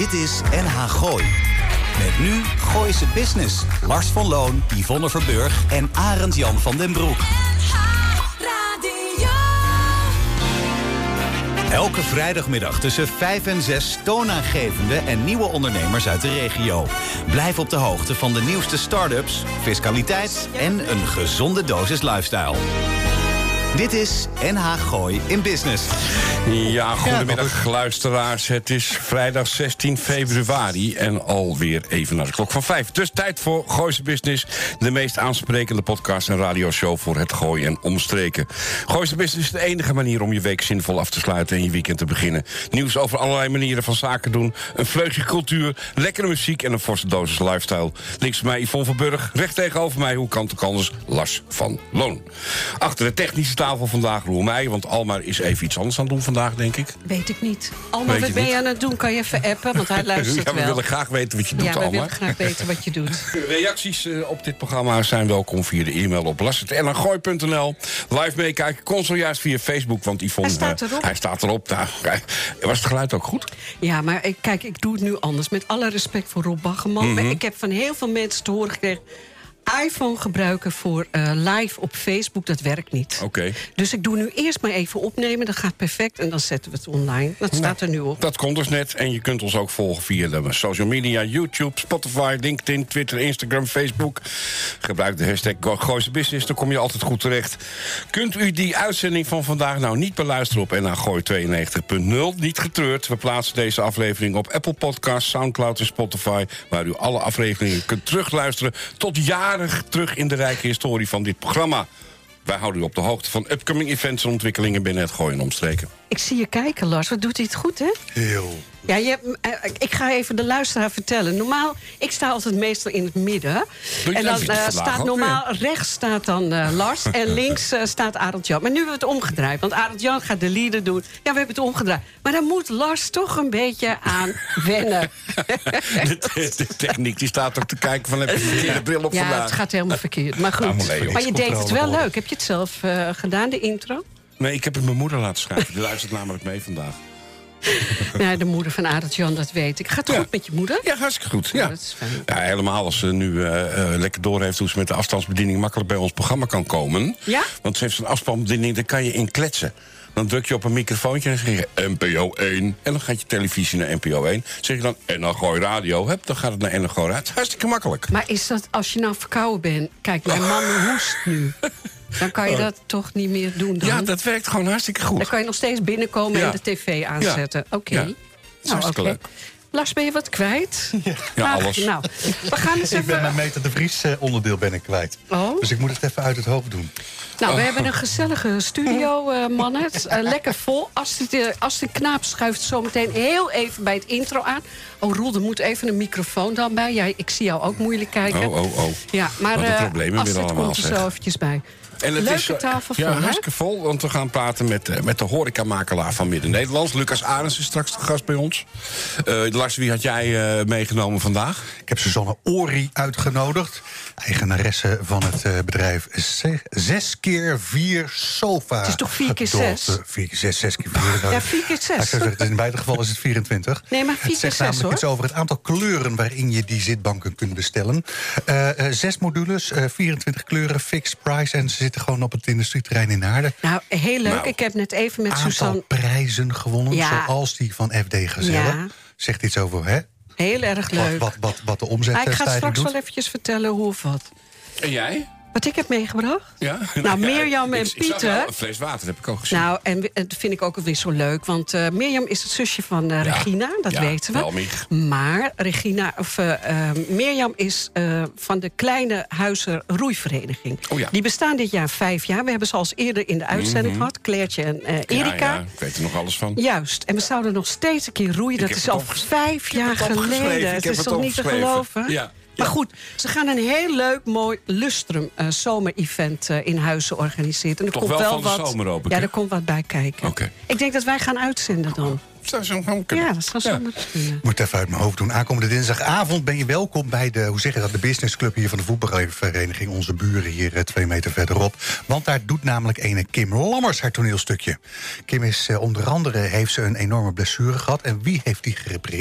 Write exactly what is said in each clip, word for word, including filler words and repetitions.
Dit is N H Gooi. Met nu Gooise Business. Lars van Loon, Yvonne Verburg en Arend Jan van den Broek. Elke vrijdagmiddag tussen vijf en zes toonaangevende en nieuwe ondernemers uit de regio. Blijf op de hoogte van de nieuwste start-ups, fiscaliteit en een gezonde dosis lifestyle. Dit is N H Gooi in Business. Ja, goedemiddag luisteraars. Het is vrijdag zestien februari en alweer even naar de klok van vijf. Dus tijd voor Gooise Business, de meest aansprekende podcast en radioshow voor het gooien en omstreken. Gooise Business is de enige manier om je week zinvol af te sluiten en je weekend te beginnen. Nieuws over allerlei manieren van zaken doen, een vleugje cultuur, lekkere muziek en een forse dosis lifestyle. Links van mij Yvonne Verburg, recht tegenover mij, hoe kan het ook anders, Lars van Loon. Achter de technische tafel vandaag Roel Meijer, want Almar is even iets anders aan het doen vandaag, denk ik. Weet ik niet. Almar, wat ben je aan het doen? Kan je even appen, want hij luistert ja, we wel. willen graag weten wat je doet, Ja, we Almar. willen graag weten wat je doet. Reacties uh, op dit programma zijn welkom via de e-mail op lars punt n h gooi punt n l. Live meekijken, kon zojuist via Facebook, want Yvonne... Hij staat erop. Uh, hij staat erop. Nou, was het geluid ook goed? Ja, maar ik, kijk, ik doe het nu anders. Met alle respect voor Rob Baggerman. Mm-hmm. Maar ik heb van heel veel mensen te horen gekregen... iPhone gebruiken voor uh, live op Facebook, dat werkt niet. Oké. Okay. Dus ik doe nu eerst maar even opnemen, dat gaat perfect... en dan zetten we het online. Dat staat er nu op. Dat komt dus net. En je kunt ons ook volgen via de social media... YouTube, Spotify, LinkedIn, Twitter, Instagram, Facebook. Gebruik de hashtag Gooise Business, dan kom je altijd goed terecht. Kunt u die uitzending van vandaag nou niet beluisteren op N H Gooi tweeënnegentig punt nul? Niet getreurd, we plaatsen deze aflevering op Apple Podcasts, Soundcloud en Spotify... waar u alle afleveringen kunt terugluisteren tot jaren terug in de rijke historie van dit programma. Wij houden u op de hoogte van upcoming events en ontwikkelingen binnen het gooien en omstreken. Ik zie je kijken, Lars. Wat doet hij het goed, hè? Heel. Ja, je hebt, uh, ik ga even de luisteraar vertellen. Normaal, ik sta altijd meestal in het midden. En dan uh, staat normaal weer. Rechts staat dan uh, Lars en links uh, staat Arend Jan. Maar nu hebben we het omgedraaid, want Arend Jan gaat de leader doen. Ja, we hebben het omgedraaid. Maar daar moet Lars toch een beetje aan wennen. De, de, de techniek die staat ook te kijken van heb je de verkeerde bril op ja, vandaag. Ja, het gaat helemaal verkeerd. Maar goed, nou, maar je deed het wel leuk. Heb je het zelf uh, gedaan, de intro? Nee, ik heb het mijn moeder laten schrijven. Die luistert namelijk mee vandaag. Ja, de moeder van Arend Jan, dat weet ik. Gaat het ja. goed met je moeder? Ja, hartstikke goed. Ja. Ja, dat is fijn. Ja, helemaal als ze nu uh, uh, lekker doorheeft hoe ze met de afstandsbediening makkelijk bij ons programma kan komen. Ja? Want ze heeft zo'n afstandsbediening, daar kan je in kletsen. Dan druk je op een microfoontje en dan zeg je N P O één. En dan gaat je televisie naar N P O één. Zeg je dan N H Gooi Radio, heb, dan gaat het naar N H Gooi Radio. Het is hartstikke makkelijk. Maar is dat als je nou verkouden bent? Kijk, mijn man hoest nu. Dan kan je dat toch niet meer doen dan? Ja, dat werkt gewoon hartstikke goed. Dan kan je nog steeds binnenkomen ja. en de tv aanzetten. Ja. Oké. Okay. Ja. Nou, hartstikke okay. leuk. Lars, ben je wat kwijt? Ja, ja alles. Nou, we gaan eens ik even... ben mijn Meter de Vries onderdeel ben ik kwijt. Oh. Dus ik moet het even uit het hoofd doen. Nou, oh. we hebben een gezellige studio, uh, mannen. Uh, lekker vol. Astrid, uh, Astrid Knaap schuift zometeen heel even bij het intro aan. Oh, Roel, er moet even een microfoon dan bij. Ja, ik zie jou ook moeilijk kijken. Oh, oh, oh. Ja, maar Wat een uh, problemen Astrid weer allemaal, komt er zeg. zo eventjes bij. En het Leuke is, tafel vol, ja, hè? hartstikke vol, want we gaan praten met, uh, met de horecamakelaar van Midden-Nederland. Lucas Arends is straks de gast bij ons. Uh, Lars, wie had jij uh, meegenomen vandaag? Ik heb Suzanne Ori uitgenodigd. Eigenaresse van het uh, bedrijf zes keer vier sofa. Het is toch vier keer zes? vier keer zes, zes keer vier. Ja, vier keer zes. Ja, zeggen, in beide gevallen is het vierentwintig. Nee, maar vier het zegt keer zes, namelijk hoor. iets over het aantal kleuren waarin je die zitbanken kunt bestellen. Uh, uh, zes modules, uh, vierentwintig kleuren, fixed price. En ze zitten gewoon op het industrieterrein in Naarden. Nou, heel leuk. Nou, ik heb net even met Aantal Suzanne... prijzen gewonnen, Ja. zoals die van F D Gazelle. Ja. Zegt iets over, hè? Heel erg Wat, leuk. wat, wat, wat de omzetstijging Ah, ik ga straks doet. wel eventjes vertellen hoe of wat. En jij? Wat ik heb meegebracht? Ja? Nou, Mirjam en ik, ik zag Pieter... wel een fles water, heb ik ook gezien. Nou, en dat vind ik ook alweer zo leuk. Want uh, Mirjam is het zusje van uh, Ja. Regina, dat Ja, weten we. Welmich. Maar Regina, of, uh, uh, Mirjam is uh, van de Kleine Huizer Roeivereniging. Oh ja. Die bestaan dit jaar vijf jaar. We hebben ze al eens eerder in de uitzending Mm-hmm. gehad. Clairtje en uh, Erika. Ja, ja, ik weet er nog alles van. Juist. En we zouden nog steeds een keer roeien. Dat heb is het al opges- vijf ik heb jaar het opgeschreven. geleden. Ik Het heb is het toch niet te opgeschreven. geloven? Ja. Maar Ja. goed, ze gaan een heel leuk, mooi lustrum uh, zomer-event uh, in Huizen organiseren. En er Toch komt wel wel van de wat, zomer, hoop ik, Ja, hè? er komt wat bij kijken. Oké. Ik denk dat wij gaan uitzenden dan. Zou zo gewoon kunnen. Ja, dat zou Ja. zo moeten kunnen. Ik moet het even uit mijn hoofd doen. Aankomende dinsdagavond ben je welkom bij de, hoe zeg je dat, de businessclub hier van de voetbalvereniging. Onze buren hier uh, twee meter verderop. Want daar doet namelijk ene Kim Lammers haar toneelstukje. Kim is uh, onder andere, heeft ze een enorme blessure gehad. En wie heeft die gerepareerd?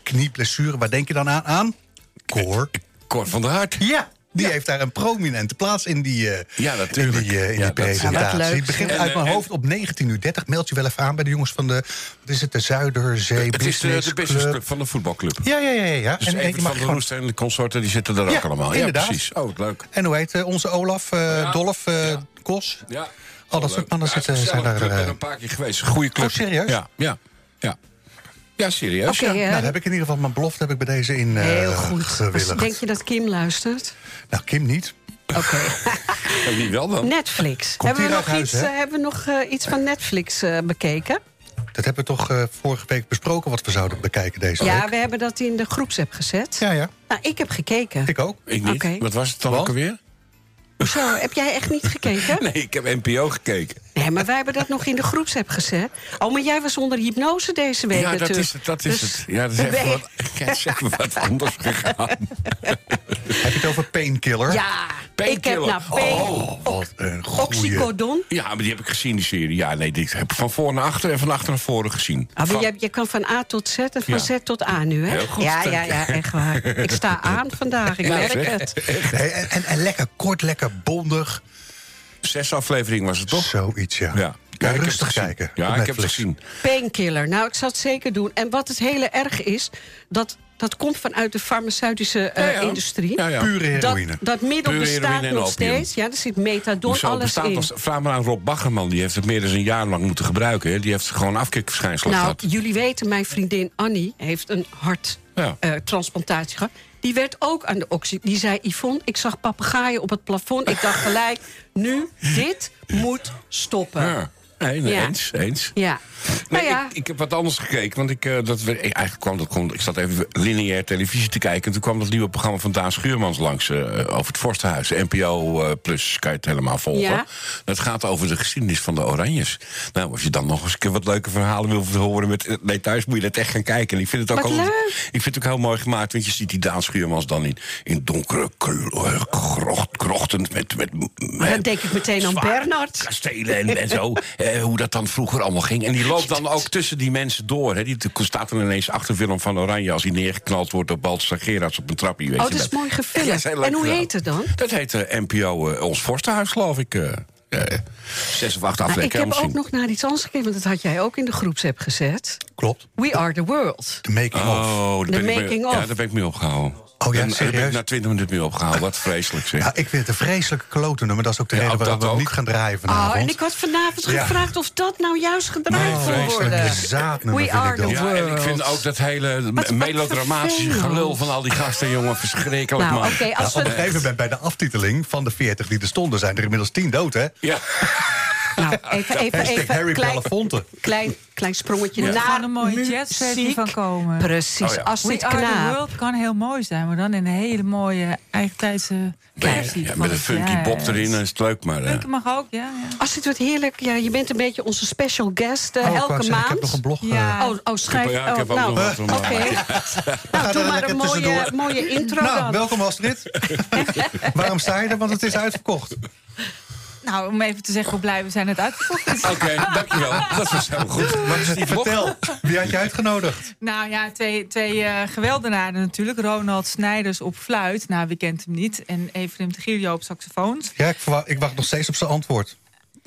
knieblessure. Waar denk je dan aan? aan? Cor. Cor van der Hart. Ja. Die ja. heeft daar een prominente plaats in die, uh, ja, natuurlijk. in die, uh, in ja, die presentatie. leuk. Het begint en, uit mijn en, hoofd op negentien uur dertig. Meld je wel even aan bij de jongens van de... Wat is het? De Zuiderzee Het is de, de businessclub van de voetbalclub. Ja, ja, ja. ja. Dus en, Evert van der Roest en de consorten die zitten er ja, ook allemaal. Inderdaad. Ja, precies. Oh, leuk. En hoe heet uh, onze Olaf, uh, ja. Dolf, uh, ja. Kos? Ja. Al dat soort mannen ja, zitten zijn daar... Ik ben uh... een paar keer geweest. Goeie club. Oh, serieus? Ja, ja, ja. Ja, serieus. Okay, ja. uh, nou, heb ik in ieder geval mijn belofte heb ik bij deze in uh, heel goed. gewilligd. Denk je dat Kim luistert? Nou, Kim niet. Oké. Okay. En wie wel dan? Netflix. Komt hebben we, nog huis, iets, uh, hebben we nog uh, iets van Netflix uh, bekeken? Dat hebben we toch uh, vorige week besproken wat we zouden bekijken deze ja, week? Ja, we hebben dat in de groepsapp gezet. Ja, ja. Nou, ik heb gekeken. Ik ook. Ik niet. Okay. Wat was het dan Wat? ook alweer? Zo, heb jij echt niet gekeken? Nee, ik heb N P O gekeken. Nee, maar wij hebben dat nog in de groepsapp gezet. Oh, maar jij was onder hypnose deze week ja, natuurlijk. dat is het. Dat is dus het. Ja, dat is even wat, ja, is even wat anders gegaan. Heb je het over Painkiller? Ja, Painkiller. ik heb nou pain, Oh, wat een goeie. Oxycodon. Ja, maar die heb ik gezien, die serie. Ja, nee, die heb ik van voor naar achter en van achter naar voren gezien. Ah, van... je, je kan van A tot Z en van Ja. Z tot A nu, hè? Heel goed, ja, dank ja, je. ja, echt waar. Ik sta aan vandaag, ik Ja, merk zeg. het. Nee, en, en, en lekker kort, lekker bondig. Zes afleveringen was het toch? Zoiets, ja. Ja. Ja, Ja, ik heb rustig het gezien. kijken. Ja, op ik heb het Netflix. gezien. Painkiller, nou, ik zal het zeker doen. En wat het hele erg is, dat, dat komt vanuit de farmaceutische uh, Ja, ja. industrie. Ja, ja. Pure Dat, heroïne. dat middel Pure bestaat heroïne en nog opium. steeds. Ja, er zit methadon, Hoezo alles bestaat in. als, vraag maar aan Rob Baggerman, die heeft het meer dan een jaar lang moeten gebruiken. Hè. Die heeft gewoon afkikverschijnselen Nou, gehad. jullie weten, mijn vriendin Annie heeft een harttransplantatie Ja. gehad. Die werd ook aan de oxy. Die zei, Yvonne, ik zag papegaaien op het plafond. Ik dacht gelijk, nu, dit moet stoppen. Ja. Nee, nee Ja. eens, eens. Ja. Nee, Nou ja. ik, ik heb wat anders gekeken, want ik, uh, dat, ik, eigenlijk kwam dat, kon, ik zat even lineair televisie te kijken... en toen kwam dat nieuwe programma van Daan Schuurmans langs uh, over het Vorstenhuis. N P O uh, Plus, kan je het helemaal volgen. Ja. Dat gaat over de geschiedenis van de Oranjes. Nou, als je dan nog eens een keer wat leuke verhalen wil horen... Met, nee, thuis moet je dat echt gaan kijken. En ik vind het ook Wat altijd, leuk. ik vind het ook heel mooi gemaakt, want je ziet die Daan Schuurmans dan in, in donkere krocht, krochten... met, met, Maar dan denk ik meteen aan Bernard. Kastelen en, en zo, eh, hoe dat dan vroeger allemaal ging. En die loopt dan ook tussen die mensen door. Hè. Die staat dan ineens achter Willem van Oranje... als hij neergeknald wordt op Balthasar Gerards op een trappie. Weet Oh, je dat is mooi gefilmd. Ja, dat is heel leuk En hoe gedaan. heet het dan? Dat heet uh, N P O uh, Ons Vorstenhuis, geloof ik. Uh, uh, zes of acht Nou, ik afleveringen. heb ook nog naar iets anders gekeken, want dat had jij ook in de groepsapp gezet. Klopt. We Are The World. De making of. Oh, daar The ben ik mee- making of. Ja, daar ben ik mee opgehouden. Oh ja, En daar ben ik serieus? na twintig minuten mee opgehaald. Wat vreselijk, zeg. Ja, ik vind het een vreselijke klote nummer. Dat is ook de Ja, reden ook waarom we dat hem ook. niet gaan draaien vanavond. Oh, en ik had vanavond Ja. gevraagd of dat nou juist gedraaid Oh, kon vreselijk. worden. Een zaadnummer We vind Are ik dat. The Ja, World. en ik vind ook dat hele wat melodramatische vervelend. gelul van al die gasten, jongen, verschrikkelijk, Nou, man. oké, Ja, als op we... een gegeven moment bij de aftiteling van de veertig die er stonden... zijn er inmiddels tien dood, hè? Ja. Nou, even, even, Hashtag even, Harry klein, Belafonte. klein, klein sprongetje Ja. Er naar kan een mooie muziek. jazzversie van komen. Precies, Oh ja. als We dit Are The knaap... World kan heel mooi zijn, maar dan in een hele mooie eigentijdse versie. Ja, van met een het funky jazz. bop erin, dan is het leuk, maar... Uh, Funky mag ook, ja. ja. Als dit wordt heerlijk, ja, je bent een beetje onze special guest uh, Oh, ik elke wou zeggen, maand. Ik heb nog een blog. uh, Ja. Oh, oh, schrijf... ja, ik heb oh, ook nou, nog wat om- Oké. Nou, daar doe maar lekker een mooie, tussendoor. mooie intro nou, dan. welkom Astrid. Waarom sta je er? Want het is uitverkocht. Nou, om even te zeggen hoe blij we zijn het uitverkocht is. Oké, dankjewel. Dat was heel goed. Wat is die vlog? Vertel, wie had je uitgenodigd? Nou ja, twee, twee uh, geweldenaren natuurlijk. Ronald Snijders op fluit. Nou, wie kent hem niet. En Efrem Tegilio op saxofoons. Ja, ik, verwa- ik wacht nog steeds op zijn antwoord.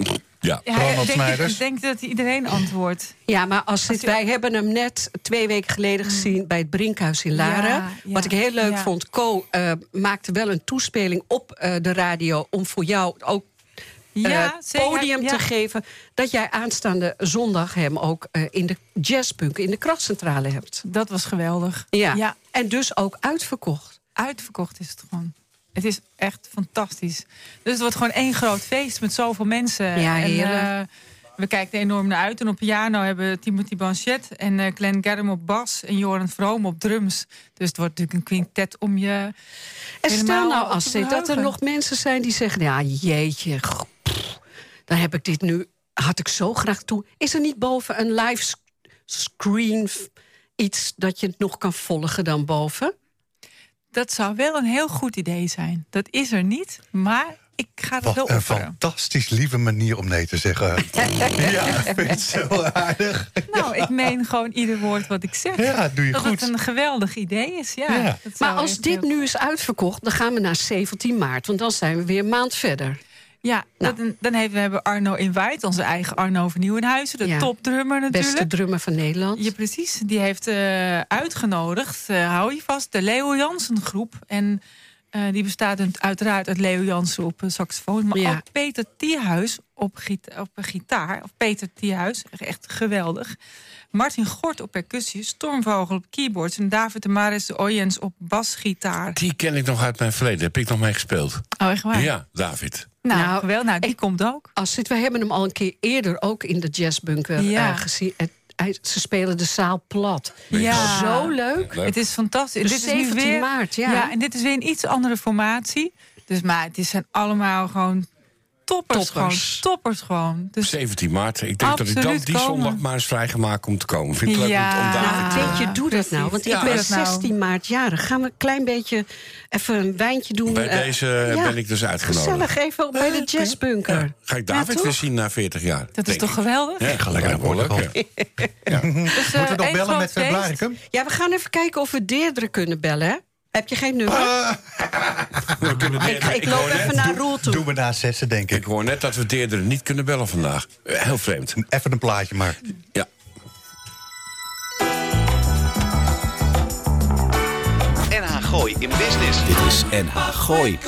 Ja. Ja, Ronald ik denk, Snijders. ik denk dat iedereen antwoordt. Ja, maar als dit, wij hebben hem net twee weken geleden gezien bij het Brinkhuis in Laren. Ja, ja, Wat ik heel leuk ja. vond, Co uh, maakte wel een toespeling op uh, de radio om voor jou ook uh, Ja, zeker, podium ja. te geven. Dat jij aanstaande zondag hem ook uh, in de jazzpunk in de krachtcentrale hebt. Dat was geweldig. Ja. ja. En dus ook uitverkocht. Uitverkocht is het gewoon. Het is echt fantastisch. Dus het wordt gewoon één groot feest met zoveel mensen. Ja, en, heerlijk. uh, we kijken er enorm naar uit. En op piano hebben we Timothy Banchet en uh, Glenn Garham op bas en Joran Vroom op drums. Dus het wordt natuurlijk een quintet om je. En stel helemaal nou op te als dit, dat er verheugen. nog mensen zijn die zeggen... ja, jeetje, goh, pff, dan heb ik dit nu... had ik zo graag toe. Is er niet boven een livescreen iets dat je het nog kan volgen dan boven? Dat zou wel een heel goed idee zijn. Dat is er niet, maar ik ga het Wat wel een offeren. fantastisch lieve manier om nee te zeggen. Ja, ik vind het zo aardig. Nou, ik meen gewoon ieder woord wat ik zeg. Ja, doe je dat goed. het een geweldig idee is, ja. Ja. Dat zou Maar als echt dit heel- nu is uitverkocht, dan gaan we naar zeventien maart. Want dan zijn we weer een maand verder. Ja, Nou. dat, dan hebben we hebben Arno Invite, onze eigen Arno van Nieuwenhuizen. De Ja. topdrummer natuurlijk. Beste drummer van Nederland. Ja, precies. Die heeft uh, uitgenodigd, uh, hou je vast, de Leo Jansen groep. En uh, die bestaat uiteraard uit Leo Jansen op uh, saxofoon. Maar Ja. ook Peter Thiehuis op, gita- op gitaar. Of Peter Thiehuis, echt geweldig. Martin Gort op percussie, Stormvogel op keyboards... en David de Maris de Oyens op basgitaar. Die ken ik nog uit mijn verleden. Heb ik nog mee gespeeld. Oh, echt waar? Ja, David. Nou, Nou, geweldig. Nou, die ik- komt ook. Als het, we hebben hem al een keer eerder ook in de jazzbunker Ja. uh, gezien. Het, hij, ze spelen de zaal plat. Ja. Zo leuk. Leuk. Het is fantastisch. Dus dit is nu zeventien weer, maart, ja. En dit is weer een iets andere formatie. Dus, maar het zijn allemaal gewoon toppers. Toppers. Gewoon, toppers gewoon. Dus, zeventien maart. Ik denk dat ik dan Absoluut die komen. zondag maar eens vrijgemaakt om te komen. Vind ik leuk Ja. om, om David Nou, te weet je, doe dat nou. Want precies. ik Ja. ben Doe dat nou. zestien maart jarig. Gaan we een klein beetje even een wijntje doen. Bij eh, deze ja. ben ik dus uitgenodigd. Gezellig, even bij de jazzbunker. Ja. Ga ik David toch? weer zien na veertig jaar. dat is denk toch ik. geweldig? Ja, ga lekker naar wel leuk, Portugal. ja. Dus, uh, Moeten we nog één bellen groot met uh, feest. Blaricum? Ja, we gaan even kijken of we Deirdre kunnen bellen, hè? Heb je geen nummer? We kunnen ik, Deirdre- ik hoor loop net- even naar Roel toe. Doen we na zessen, denk Ik ik. hoor net dat we Deirdre niet kunnen bellen vandaag. Eh, Heel vreemd. Even een plaatje maar. Ja. N H Gooi in Business. Dit is N H Gooi.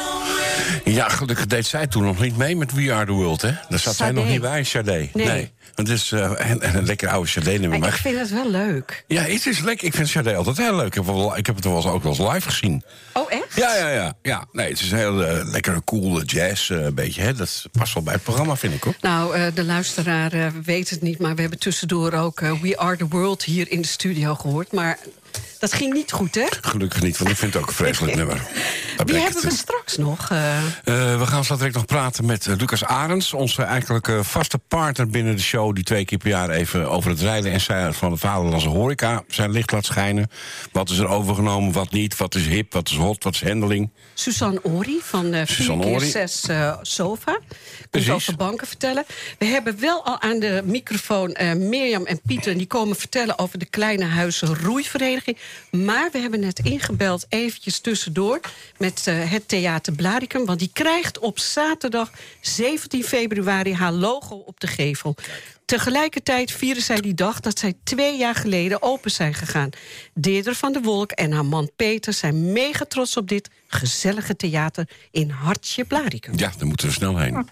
Ja, gelukkig deed zij toen nog niet mee met We Are The World, hè? Daar zat zij Sade. nog niet bij, Sade. Nee. Het is uh, en, en een lekker oude Sade nummer. Maar ik Maar vind het wel leuk. ja, het is lekker. Ik vind Sade altijd heel leuk. Ik heb, wel, ik heb het wel eens, ook wel eens live gezien. Oh, echt? Ja, ja, ja. ja. Nee, het is een heel uh, lekkere, coole jazz, uh, beetje. Hè? Dat past wel bij het programma, vind ik, hoor. Nou, uh, de luisteraar uh, weet het niet, maar we hebben tussendoor ook uh, We Are The World hier in de studio gehoord. Maar dat ging niet goed, hè? Gelukkig niet, want ik vind het ook een vreselijk nummer. Daar Wie breekt hebben het. we straks nog? Uh, Uh, we gaan zo direct nog praten met uh, Lucas Arends, onze eigenlijk uh, vaste partner binnen de show, die twee keer per jaar even over het rijden en zijn van de vaderlandse horeca zijn licht laat schijnen. Wat is er overgenomen, wat niet, wat is hip, wat is hot, wat is handeling. Suzanne Ori van uh, Suzanne vier keer Ory. zes uh, Sofa. Komt Precies. over banken vertellen. We hebben wel al aan de microfoon uh, Mirjam en Pieter. Die komen vertellen over de Kleine Huizen Roeivereniging. Maar we hebben net ingebeld eventjes tussendoor met uh, het Theater Blaricum. Want die krijgt op zaterdag zeventien februari haar logo op de gevel. Tegelijkertijd vieren zij die dag dat zij twee jaar geleden open zijn gegaan. Deirdre van der Wolk en haar man Peter zijn mega trots op dit gezellige theater in Hartje Blaricum. Ja, daar moeten we snel heen.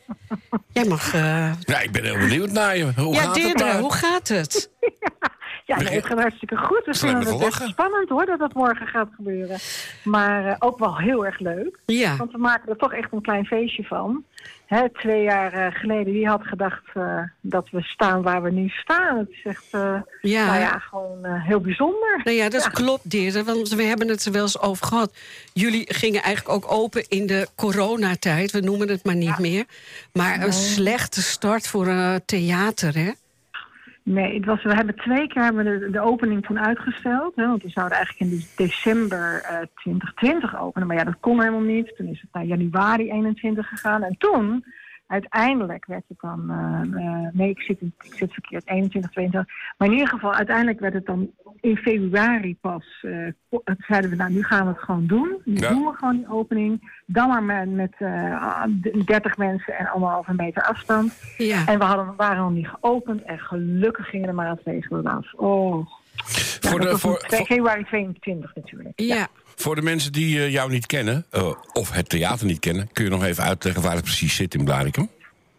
Jij mag... Uh... Ja, ik ben heel benieuwd naar je. Hoe Ja, gaat het Deirdre, daar? hoe gaat het? Ja, nee, het gaat hartstikke goed. We Zijn we vinden te het echt lachen? spannend hoor, dat dat morgen gaat gebeuren. Maar uh, ook wel heel erg leuk. Ja. Want we maken er toch echt een klein feestje van. Hè, twee jaar uh, geleden, wie had gedacht uh, dat we staan waar we nu staan. Het is echt, uh, Ja. nou ja, gewoon uh, heel bijzonder. Nou ja, dat Ja. klopt, Deirdre, want we hebben het er wel eens over gehad. Jullie gingen eigenlijk ook open in de coronatijd, we noemen het maar niet meer. Maar een slechte start voor een theater, hè? Nee, het was, we hebben twee keer hebben we de, de opening toen uitgesteld. Hè, want we zouden eigenlijk in december uh, twintig twintig openen. Maar ja, dat kon helemaal niet. Toen is het naar januari eenentwintig gegaan. En toen, uiteindelijk werd het dan... Uh, uh, nee, ik zit, ik zit verkeerd. eenentwintig, tweeëntwintig. Maar in ieder geval, uiteindelijk werd het dan in februari pas... Uh, zeiden we, nou, nu gaan we het gewoon doen. Nu Ja. doen we gewoon die opening. Dan maar met, met uh, dertig mensen en anderhalve meter afstand. Ja. En we hadden, waren nog niet geopend en gelukkig gingen de maatregelen af. Oh. Ja, Voor de- dat was voor- in voor- februari tweeëntwintig natuurlijk. Ja. Voor de mensen die uh, jou niet kennen, uh, of het theater niet kennen, kun je nog even uitleggen waar het precies zit in Blaricum?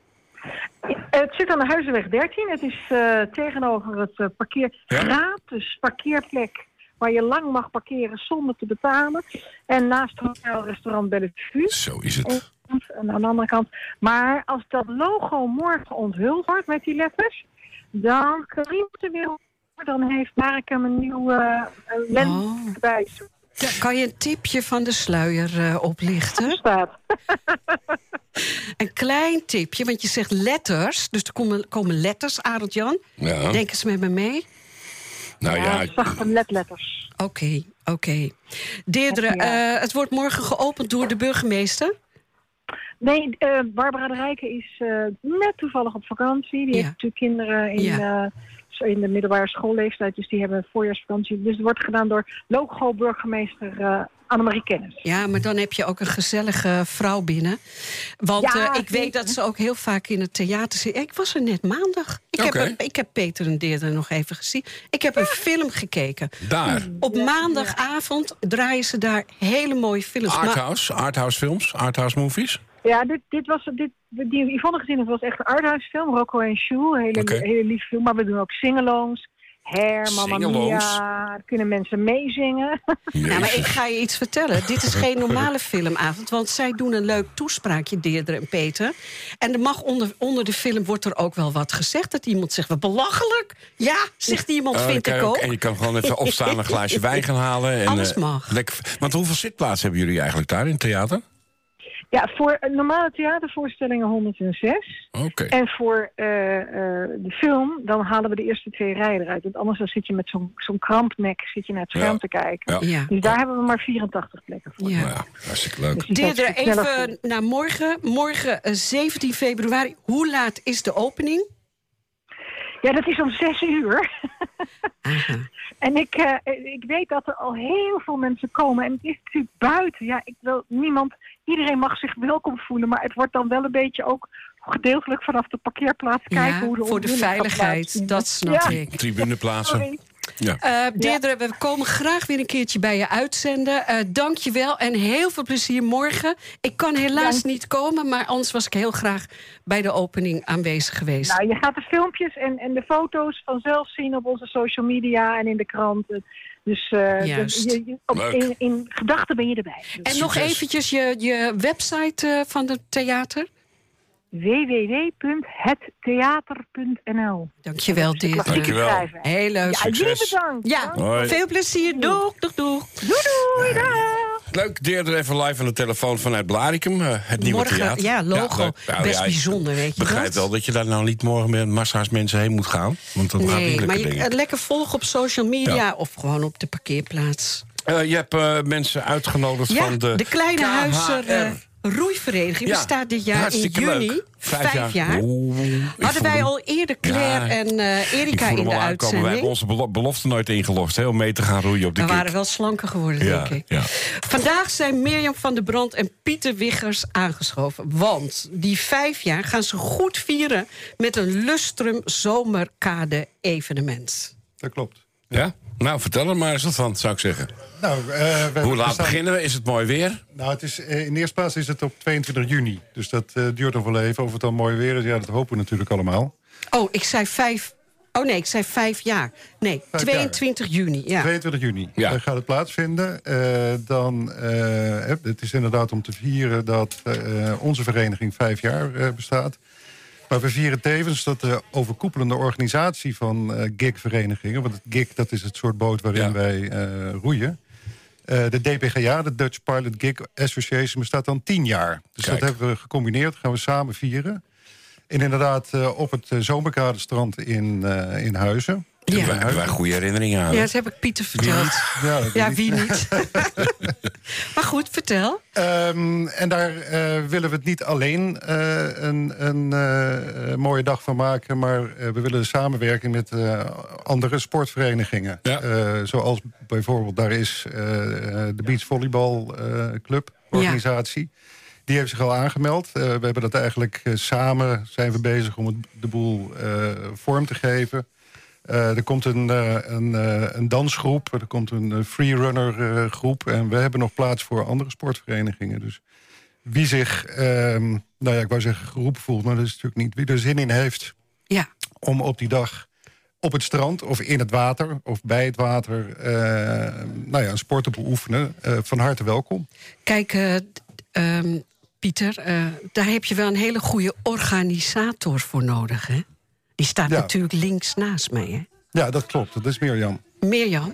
Het zit aan de Huizenweg dertien. Het is uh, tegenover het uh, parkeer... Ja? gratis parkeerplek waar je lang mag parkeren zonder te betalen. En naast het hotelrestaurant Bellevue. Zo is het. En aan de andere kant. Maar als dat logo morgen onthuld wordt met die letters, dan kriebelt er weer op. Dan heeft Blaricum een nieuwe uh, lens Oh. bij. Ja, kan je een tipje van de sluier uh, oplichten? Staat. Een klein tipje, want je zegt letters. Dus er komen, komen letters, Arend-Jan. Ja. Denk eens met me mee. Nou ja, Ja, ik- zachte ledletters. Oké, oké. Deirdre, Ja. uh, het wordt morgen geopend door de burgemeester. Nee, uh, Barbara de Rijken is uh, net toevallig op vakantie. Die ja. heeft natuurlijk kinderen in, ja. uh, in de middelbare schoolleeftijd. Dus die hebben voorjaarsvakantie. Dus het wordt gedaan door logo-burgemeester uh, Annemarie Kennis. Ja, maar dan heb je ook een gezellige vrouw binnen. Want ja, uh, ik weet dat ze ook heel vaak in het theater zit. Ik was er net maandag. Ik, okay. heb, ik heb Peter en Deerder nog even gezien. Ik heb een film gekeken. Daar? Op maandagavond draaien ze daar hele mooie films. Arthouse? Arthouse films? Arthouse movies? Ja, dit, dit was, dit, die Yvonne gezien heeft, was echt een arthouse film. Rocco en Sjoe, een hele, okay. hele lieve film. Maar we doen ook sing-alongs. Hair, Mamma Mia, daar kunnen mensen meezingen. Nou, maar ik ga je iets vertellen. Dit is geen normale filmavond, want zij doen een leuk toespraakje, Deerder en Peter. En er mag onder, onder de film wordt er ook wel wat gezegd. Dat iemand zegt, wat belachelijk. Ja, zegt iemand, uh, vind ik ook. En je kan gewoon even opstaan, een glaasje wijn gaan halen. En, alles mag. Uh, lekker, want hoeveel zitplaatsen hebben jullie eigenlijk daar in het theater? Ja, voor normale theatervoorstellingen honderdzes. Okay. En voor uh, uh, de film, dan halen we de eerste twee rijen eruit. Want anders dan zit je met zo'n zo'n krampnek zit je naar het scherm ja. te kijken. Ja. Ja. Dus daar ja. hebben we maar vierentachtig plekken voor. Ja, ja hartstikke leuk. Dus Deerder, even naar morgen. Morgen uh, zeventien februari. Hoe laat is de opening? Ja, dat is om zes uur. Aha. En ik, uh, ik weet dat er al heel veel mensen komen. En het is natuurlijk buiten. Ja, ik wil niemand... Iedereen mag zich welkom voelen, maar het wordt dan wel een beetje ook gedeeltelijk vanaf de parkeerplaats kijken ja, hoe de voor de veiligheid, dat snap ja. ik. Tribuneplaatsen. Ja. Uh, Deerder, we komen graag weer een keertje bij je uitzenden. Uh, dank je wel en heel veel plezier morgen. Ik kan helaas dank. niet komen, maar anders was ik heel graag bij de opening aanwezig geweest. Nou, je gaat de filmpjes en, en de foto's vanzelf zien op onze social media en in de kranten. Dus uh, Juist. Je, je, op, in, in gedachten ben je erbij. Dus. En nog eventjes je, je website uh, van het theater? w w w punt het theater punt n l. Dankjewel, Deerder. Dankjewel. Heel leuk. Ja, jullie bedankt. Ja, Hoi. Veel plezier. Doeg, doeg, doeg. Doei, doei, dag. Leuk, Deerder even live aan de telefoon vanuit Blaricum. Uh, het nieuwe morgen, theater. Ja, logo. Ja, nou, Best ja, bijzonder, weet je begrijp dat? wel dat je daar nou niet morgen met massa's mensen heen moet gaan. Want dat nee, gaat niet lekker, maar je denk ik. lekker volgen op social media ja. of gewoon op de parkeerplaats. Uh, je hebt uh, mensen uitgenodigd ja, van de de Kleine K H R. Huizer uh, Roeivereniging. Ja, bestaat dit jaar in juni. Leuk. Vijf, Vijf jaar. jaar. Oeh, Hadden wij hem... al eerder Claire ja, en uh, Erika in de uitzending. Wij hebben onze belo- belofte nooit ingelost hè, om mee te gaan roeien op de We kick. waren wel slanker geworden, ja, denk ik. Ja. Vandaag zijn Mirjam van der Brand en Pieter Wiggers aangeschoven. Want die vijf jaar gaan ze goed vieren met een Lustrum Zomerkade evenement. Dat klopt. Ja? Nou, vertel er maar eens wat van, zou ik zeggen. Nou, uh, we Hoe laat staan... beginnen we? Is het mooi weer? Nou, het is, uh, in de eerste plaats is het op tweeëntwintig juni. Dus dat uh, duurt nog wel even. Of het dan mooi weer is, ja, dat hopen we natuurlijk allemaal. Oh, ik zei vijf... Oh nee, ik zei vijf jaar. Nee, vijf tweeëntwintig jaar. juni. Ja. tweeëntwintig juni. Ja. Dan gaat het plaatsvinden. Uh, dan, uh, het is inderdaad om te vieren dat uh, onze vereniging vijf jaar uh, bestaat. Maar we vieren tevens dat de overkoepelende organisatie van uh, gig-verenigingen... want het gig, dat is het soort boot waarin ja. wij uh, roeien... Uh, de D P G A, de Dutch Pilot Gig Association, bestaat dan tien jaar. Dus Kijk. dat hebben we gecombineerd, gaan we samen vieren. En inderdaad uh, op het uh, Zomerkadestrand in, uh, in Huizen. Ja. Wij hebben wij goede herinneringen aan. Ja, dat heb ik Pieter verteld. Ja, ja, wie niet? Maar goed, vertel. Um, en daar uh, willen we het niet alleen uh, een, een uh, mooie dag van maken... maar uh, we willen de samenwerking met uh, andere sportverenigingen. Ja. Uh, zoals bijvoorbeeld, daar is uh, de beachvolleybalclub, uh, organisatie... Ja. Die heeft zich al aangemeld. Uh, we hebben dat eigenlijk uh, samen zijn we bezig om het, de boel uh, vorm te geven... Uh, er komt een, uh, een, uh, een dansgroep, er komt een uh, freerunner uh, groep... en we hebben nog plaats voor andere sportverenigingen. Dus wie zich, uh, nou ja, ik wou zeggen geroepen voelt... maar dat is natuurlijk niet wie er zin in heeft... Ja. om op die dag op het strand of in het water of bij het water... Uh, nou ja, een sport te beoefenen, uh, van harte welkom. Kijk, uh, um, Pieter, uh, daar heb je wel een hele goede organisator voor nodig, hè? Die staat ja. natuurlijk links naast mij, hè? Ja, dat klopt. Dat is Mirjam. Mirjam,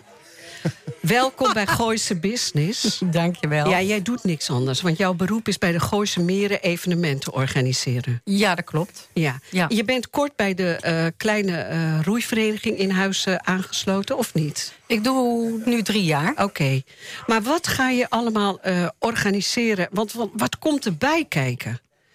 welkom bij Gooise Business. Dank je wel. Ja, jij doet niks anders, want jouw beroep is bij de Gooise Meren evenementen organiseren. Ja, dat klopt. Ja. Ja. Je bent kort bij de uh, kleine uh, roeivereniging in huis uh, aangesloten, of niet? Ik doe nu drie jaar. Oké. Okay. Maar wat ga je allemaal uh, organiseren? Want wat, wat komt erbij kijken?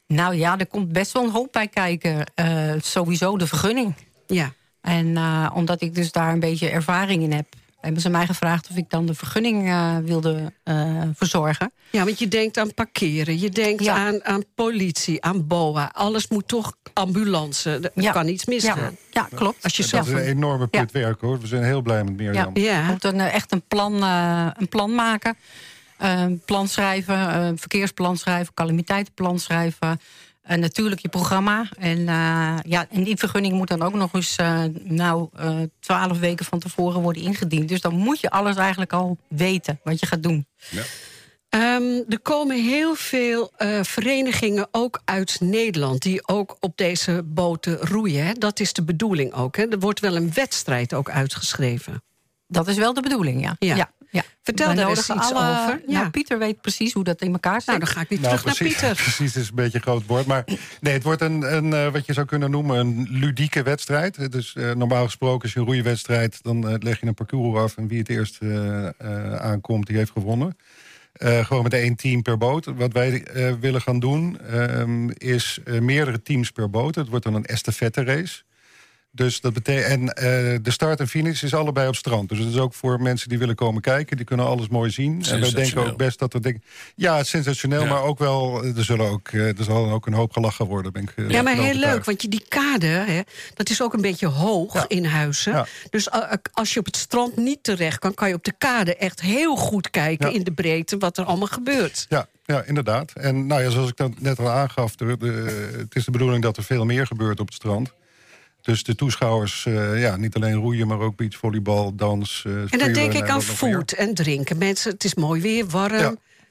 Nou ja, er komt best wel een hoop bij kijken. Uh, sowieso de vergunning. Ja. En uh, omdat ik dus daar een beetje ervaring in heb, hebben ze mij gevraagd of ik dan de vergunning uh, wilde uh, verzorgen. Ja, want je denkt aan parkeren, je denkt ja. aan, aan politie, aan B O A. Alles moet toch ambulance. Er ja. kan iets misgaan. Ja, ja klopt. Als je dat zelf... is een enorme put ja. werk, hoor. We zijn heel blij met Mirjam. Ja. Ja. We moeten uh, echt een plan, uh, een plan maken. Uh, plan schrijven, uh, verkeersplan schrijven, calamiteitenplan schrijven. Uh, natuurlijk je programma. En, uh, ja, en die vergunning moet dan ook nog eens uh, nou, uh, twaalf weken van tevoren worden ingediend. Dus dan moet je alles eigenlijk al weten wat je gaat doen. Ja. Um, er komen heel veel uh, verenigingen ook uit Nederland die ook op deze boten roeien. Hè? Dat is de bedoeling ook. Hè? Er wordt wel een wedstrijd ook uitgeschreven. Dat is wel de bedoeling, ja. ja. ja. Ja. Vertel daar eens iets alle, over. Ja. Nou, Pieter weet precies hoe dat in elkaar zit. Nou, dan ga ik weer nou, terug precies, naar Pieter. Precies, is een beetje een groot woord. Maar nee, het wordt een, een uh, wat je zou kunnen noemen een ludieke wedstrijd. Dus uh, normaal gesproken, als je een roeiwedstrijd, dan uh, leg je een parcours af en wie het eerst uh, uh, aankomt, die heeft gewonnen. Uh, gewoon met één team per boot. Wat wij uh, willen gaan doen, uh, is uh, meerdere teams per boot. Het wordt dan een estafette race. Dus dat betekent, en uh, de start en finish is allebei op strand. Dus dat is ook voor mensen die willen komen kijken. Die kunnen alles mooi zien. En wij denken ook best dat er denk, ja, sensationeel, ja. maar ook wel, er zullen ook, er zal ook een hoop gelachen worden. Ben ik, uh, ja, maar heel leuk, want je, die kade, hè, dat is ook een beetje hoog ja. in Huizen. Ja. Dus uh, als je op het strand niet terecht kan, kan je op de kade echt heel goed kijken ja. in de breedte wat er allemaal gebeurt. Ja. Ja, inderdaad. En nou ja, zoals ik dat net al aangaf, de, de, het is de bedoeling dat er veel meer gebeurt op het strand. Dus de toeschouwers, uh, ja, niet alleen roeien, maar ook beachvolleybal, dans. Uh, en dan denk ik aan food en drinken. Mensen, het is mooi weer, warm. Ja.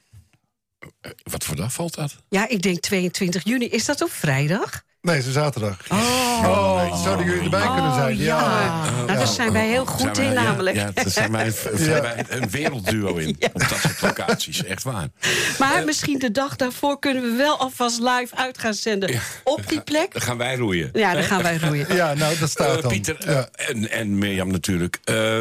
Wat voor dag valt dat? Ja, ik denk tweeëntwintig juni. Is dat op vrijdag? Nee, het is zaterdag. Oh, oh nee, zouden jullie erbij oh, kunnen zijn? Ja, ja. Nou, ja. daar zijn wij heel goed wij, in, ja, namelijk. Ja, daar zijn wij, zijn wij een wereldduo in. Ja. Op dat soort locaties, echt waar. Maar uh, misschien de dag daarvoor kunnen we wel alvast live uit gaan zenden. Ja, op die plek. Dan gaan wij roeien. Ja, dan gaan wij roeien. Ja, nou, dat staat dan. Uh, Pieter ja. uh, en, en Mirjam natuurlijk. Uh,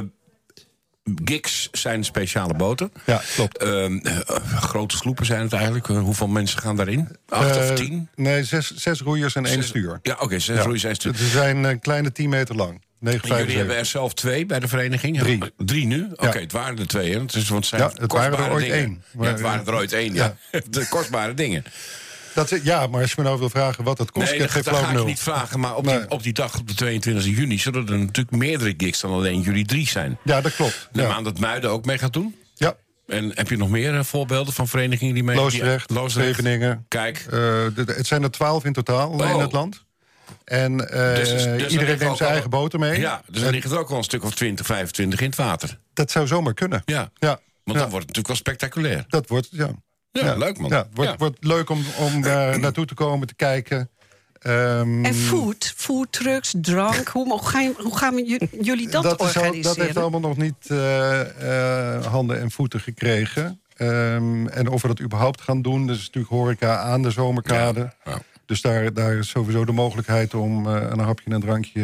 gigs zijn speciale boten. Ja, klopt. Uh, uh, grote sloepen zijn het eigenlijk. Uh, hoeveel mensen gaan daarin? Acht uh, of tien? Nee, zes, zes roeiers en één zes, stuur. Ja, oké, okay, zes ja. roeiers en één stuur. Ze zijn een kleine tien meter lang. negen, jullie hebben er zelf twee bij de vereniging? Drie. Ja, drie nu? Oké, okay, ja. Het waren er twee. Hè? Het, is, want het, zijn ja, het waren er ooit dingen. één. Ja, het waren er ooit één, ja. ja. De kostbare dingen. Dat is, ja, maar als je me nou wil vragen wat het kost... Nee, dat, dat ga ik je niet vragen. Maar op, nee. die, op die dag, op de tweeëntwintigste juni... zullen er natuurlijk meerdere gigs dan alleen jullie drie zijn. Ja, dat klopt. Neem ja. aan dat Muiden ook mee gaat doen? Ja. En heb je nog meer uh, voorbeelden van verenigingen die mee... Loosdrecht, Scheveningen. Kijk. Uh, de, de, het zijn er twaalf in totaal oh. in het land. En uh, dus, dus, dus iedereen neemt zijn eigen boten mee. Ja, dus dan liggen er ook wel een stuk of twintig, vijfentwintig in het water. Dat zou zomaar kunnen. Ja, ja. want ja. dan wordt het natuurlijk wel spectaculair. Dat wordt, ja. Ja, ja, leuk man. Ja, het wordt, ja. wordt leuk om, om uh, naartoe te komen, te kijken. Um, en food, food trucks, drank, hoe, gaan, je, hoe gaan we jullie dat, dat organiseren? Al, dat heeft allemaal nog niet uh, uh, handen en voeten gekregen. Um, en of we dat überhaupt gaan doen, dat is natuurlijk horeca aan de zomerkade. Ja, ja. Dus daar, daar is sowieso de mogelijkheid om uh, een hapje en een drankje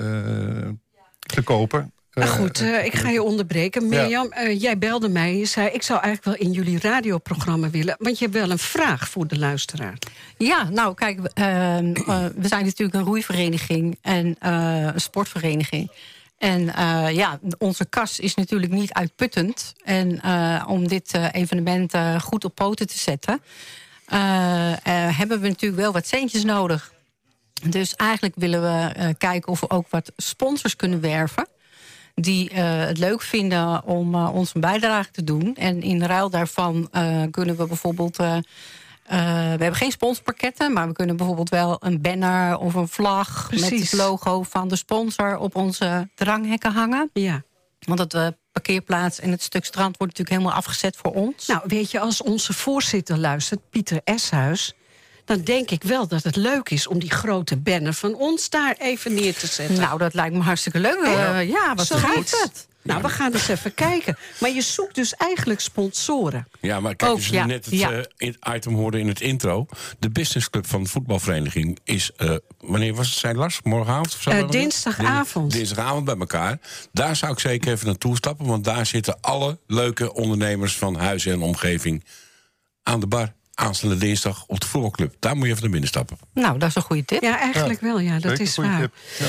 uh, te kopen. Maar goed, uh, ik ga je onderbreken. Mirjam, ja. uh, jij belde mij. Je zei, ik zou eigenlijk wel in jullie radioprogramma willen. Want je hebt wel een vraag voor de luisteraar. Ja, nou kijk, uh, uh, we zijn natuurlijk een roeivereniging en uh, een sportvereniging. En uh, ja, onze kas is natuurlijk niet uitputtend. En uh, om dit uh, evenement uh, goed op poten te zetten... Uh, uh, hebben we natuurlijk wel wat centjes nodig. Dus eigenlijk willen we uh, kijken of we ook wat sponsors kunnen werven... die uh, het leuk vinden om uh, ons een bijdrage te doen. En in ruil daarvan uh, kunnen we bijvoorbeeld... Uh, uh, we hebben geen sponsorpakketten, maar we kunnen bijvoorbeeld wel een banner of een vlag... Precies. Met het logo van de sponsor op onze dranghekken hangen. Ja. Want het uh, parkeerplaats en het stuk strand wordt natuurlijk helemaal afgezet voor ons. Nou, weet je, als onze voorzitter luistert, Pieter Eshuis... dan denk ik wel dat het leuk is om die grote banner van ons daar even neer te zetten. Nou, dat lijkt me hartstikke leuk. Uh, ja, wat gaat het? Nou, we gaan eens even kijken. Maar je zoekt dus eigenlijk sponsoren. Ja, maar kijk, als je ja, net het ja. uh, item hoorde in het intro... de businessclub van de voetbalvereniging is... Uh, wanneer was het, zijn Lars? Morgenavond? Of zo? Uh, dinsdagavond. Dinsdagavond bij elkaar. Daar zou ik zeker even naartoe stappen... want daar zitten alle leuke ondernemers van Huizen en omgeving aan de bar. aanstaande dinsdag op de voetbalclub. Daar moet je even naar binnen stappen. Nou, dat is een goede tip. Ja, eigenlijk ja, wel, ja. Dat is waar. Tip. Ja.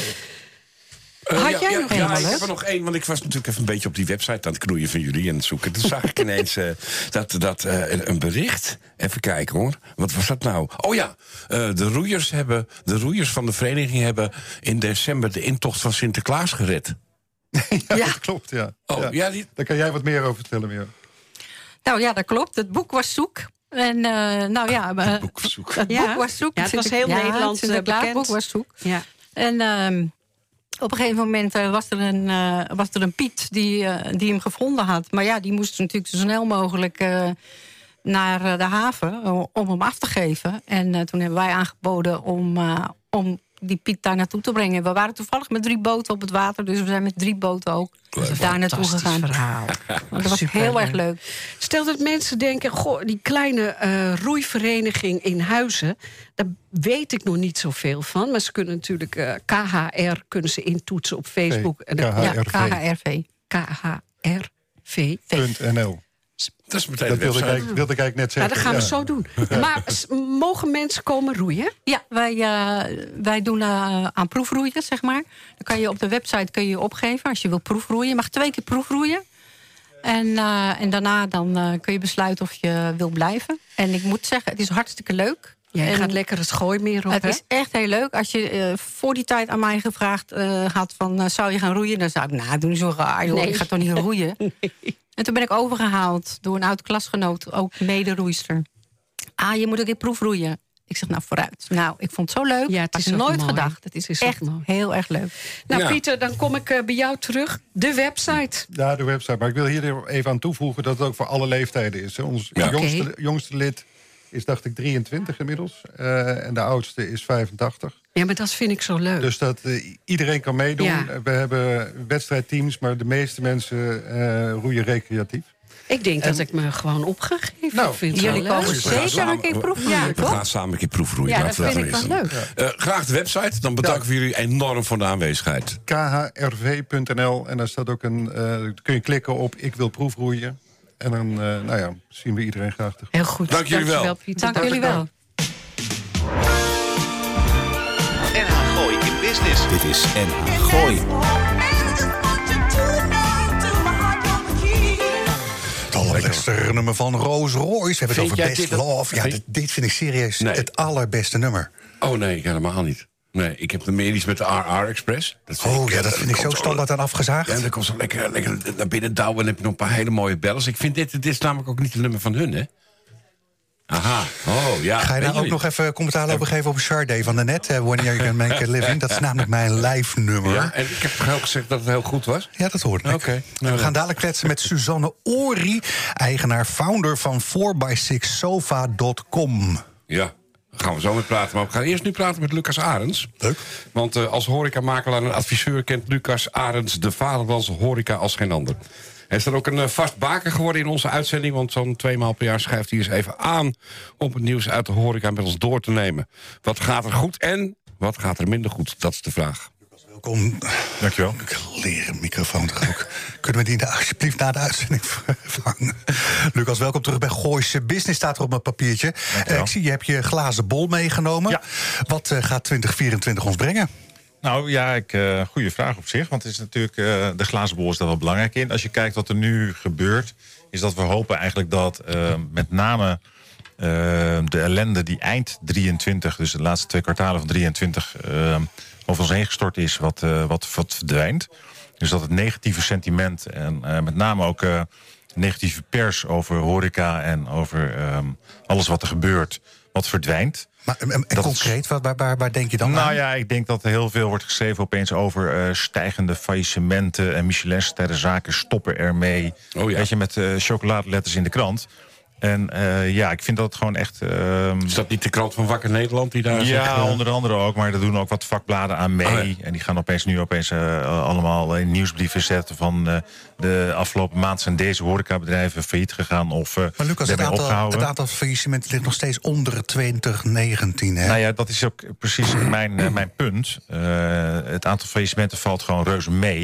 Uh, Had ja, jij ja, nog ja, een? ik heb er nog één, want ik was natuurlijk even een beetje op die website aan het knoeien van jullie en het zoeken. Toen zag ik ineens uh, dat, dat uh, een bericht. Even kijken hoor. Wat was dat nou? Oh ja, uh, de roeiers hebben, de roeiers van de vereniging hebben in december de intocht van Sinterklaas gered. ja, Ja. dat klopt, ja. Oh, ja. ja die... Daar kan jij wat meer over vertellen, meer. Nou ja, dat klopt. Het boek was zoek. En uh, nou ja, uh, Het boek was zoek. Het Ja. boek was zoek. Ja, het was heel ja, Nederland het bekend. boek was zoek. Ja. En uh, op een gegeven moment uh, was, er een, uh, was er een Piet die, uh, die hem gevonden had. Maar ja, die moest natuurlijk zo snel mogelijk uh, naar uh, de haven uh, om hem af te geven. En uh, toen hebben wij aangeboden om, uh, om die Piet daar naartoe te brengen. We waren toevallig met drie boten op het water, dus we zijn met drie boten ook daar naartoe gegaan. Verhaal. Dat was heel erg leuk. Stel dat mensen denken, goh, die kleine uh, roeivereniging in Huizen, daar weet ik nog niet zoveel van. Maar ze kunnen natuurlijk uh, K H R kunnen ze intoetsen op Facebook. K H R V. En dan, Ja, K H R V. K H R V. N L. Dat is meteen Dat de wilde ik, website. eigenlijk- wilde ik eigenlijk net Nou, zeggen. dat gaan we ja. zo doen. Maar s- mogen mensen komen roeien? Ja, wij, uh, wij doen uh, aan proefroeien, zeg maar. Dan kan je op de website kun je je opgeven als je wil proefroeien. Je mag twee keer proefroeien. En, uh, en daarna dan, uh, kun je besluiten of je wil blijven. En ik moet zeggen, het is hartstikke leuk. Jij En gaat lekker het gooimeer op, het hè? is echt heel leuk. Als je uh, voor die tijd aan mij gevraagd uh, had van uh, zou je gaan roeien? Dan zou ik, nou, doe niet zo raar, joh. Nee. Ik ga toch niet roeien? Nee. En toen ben ik overgehaald door een oud klasgenoot, ook mede-roeister. Ah, je moet een keer proefroeien. Ik zeg, nou, vooruit. Nou, ik vond het zo leuk. Ja, het Had is ik ook nooit mooi. gedacht. Het is, Het is echt ook mooi. heel erg leuk. Nou, Ja. Pieter, dan kom ik uh, bij jou terug. De website. Ja, de website. Maar ik wil hier even aan toevoegen dat het ook voor alle leeftijden is. hè. Ons Ja. jongste, Oké. jongste lid is, dacht ik, drieëntwintig inmiddels. Uh, en de oudste is vijfentachtig. Ja, maar dat vind ik zo leuk. Dus dat uh, iedereen kan meedoen. Ja. We hebben wedstrijdteams, maar de meeste mensen uh, roeien recreatief. Ik denk dat ik me gewoon opgegeven Nou, vind. Jullie wel leuk. komen We gaan zeker samen- een keer proefroeien, Ja, We toch? gaan samen een keer proefroeien. Ja, dat Laten we vind ik dat wel eens leuk. doen. Uh, graag de website. Dan bedanken we jullie enorm voor de aanwezigheid. K H R V punt N L. En daar staat ook een. Uh, kun je klikken op ik wil proefroeien. En dan uh, nou ja, zien we iedereen graag terug. Heel goed. Dank jullie wel. Dankjewel, Pieter. Dank jullie wel. N H Gooi in Business. Dit is N H Gooi. Het allerbeste nummer van Rolls Royce. We hebben het Vind over jij Best dit- Love. Ja, Vind- dit, dit vind ik serieus Nee. het allerbeste nummer. Oh nee, helemaal niet. Nee, ik heb er meer iets met de R R Express. Dat vind Oh ik, ja, eh, dat vind ik komt zo standaard aan afgezaagd. Ja, dan komt zo lekker, lekker naar binnen douwen en heb je nog een paar hele mooie bellers. Ik vind dit, dit is namelijk ook niet het nummer van hun, hè? Aha, oh ja. Ga je weet daar ook niet. nog even commentaar over geven op Sade van de net? Uh, When You Can Make a Living. Dat is namelijk mijn live nummer. Ja, en ik heb toch heel gezegd dat het heel goed was? Ja, dat hoort ik. Oké. En Nou, we gaan dadelijk kletsen met Suzanne Ori, eigenaar, founder van four by six sofa dot com. Ja, daar gaan we zo mee praten. Maar we gaan eerst nu praten met Lucas Arends. Leuk. Want uh, als horecamakelaar en adviseur kent Lucas Arends de vaderlandse horeca als geen ander. Hij is er ook een uh, vast baken geworden in onze uitzending, want zo'n twee maal per jaar schuift hij eens even aan om het nieuws uit de horeca met ons door te nemen. Wat gaat er goed en wat gaat er minder goed? Dat is de vraag. Welkom. Dankjewel. Ik leer een microfoon toch ook. Kunnen we die nou alsjeblieft na de uitzending vervangen? Lucas, welkom terug bij Gooise Business, staat er op mijn papiertje. Uh, ik zie, je hebt je glazen bol meegenomen. Ja. Wat uh, gaat twintig vierentwintig ons brengen? Nou ja, ik, uh, goede vraag op zich. Want het is natuurlijk, uh, de glazen bol is daar wel belangrijk in. Als je kijkt wat er nu gebeurt, is dat we hopen eigenlijk dat uh, met name uh, de ellende die eind drieëntwintig, dus de laatste twee kwartalen van drieëntwintig, uh, over ons heen gestort is, wat, uh, wat, wat verdwijnt. Dus dat het negatieve sentiment en uh, met name ook uh, negatieve pers over horeca en over um, alles wat er gebeurt, wat verdwijnt. Maar en, en concreet, wat, waar, waar, waar denk je dan nou aan? ja, ik denk dat er heel veel wordt geschreven opeens over uh, stijgende faillissementen en Michelinsterrenzaken stoppen ermee. Oh ja. Weet je, met uh, chocoladeletters in de krant. En uh, ja, ik vind dat het gewoon echt... Uh, Is dat niet de krant van Wakker Nederland die daar zegt, ja, uh, onder andere ook, maar er doen ook wat vakbladen aan mee. Oh ja. En die gaan opeens nu opeens uh, allemaal in nieuwsbrieven zetten van uh, de afgelopen maand zijn deze horecabedrijven failliet gegaan of uh, Maar Lucas, het daarmee aantal, opgehouden. het aantal faillissementen ligt nog steeds onder twintig negentien. Hè? Nou ja, dat is ook precies mijn, uh, mijn punt. Uh, het aantal faillissementen valt gewoon reuze mee.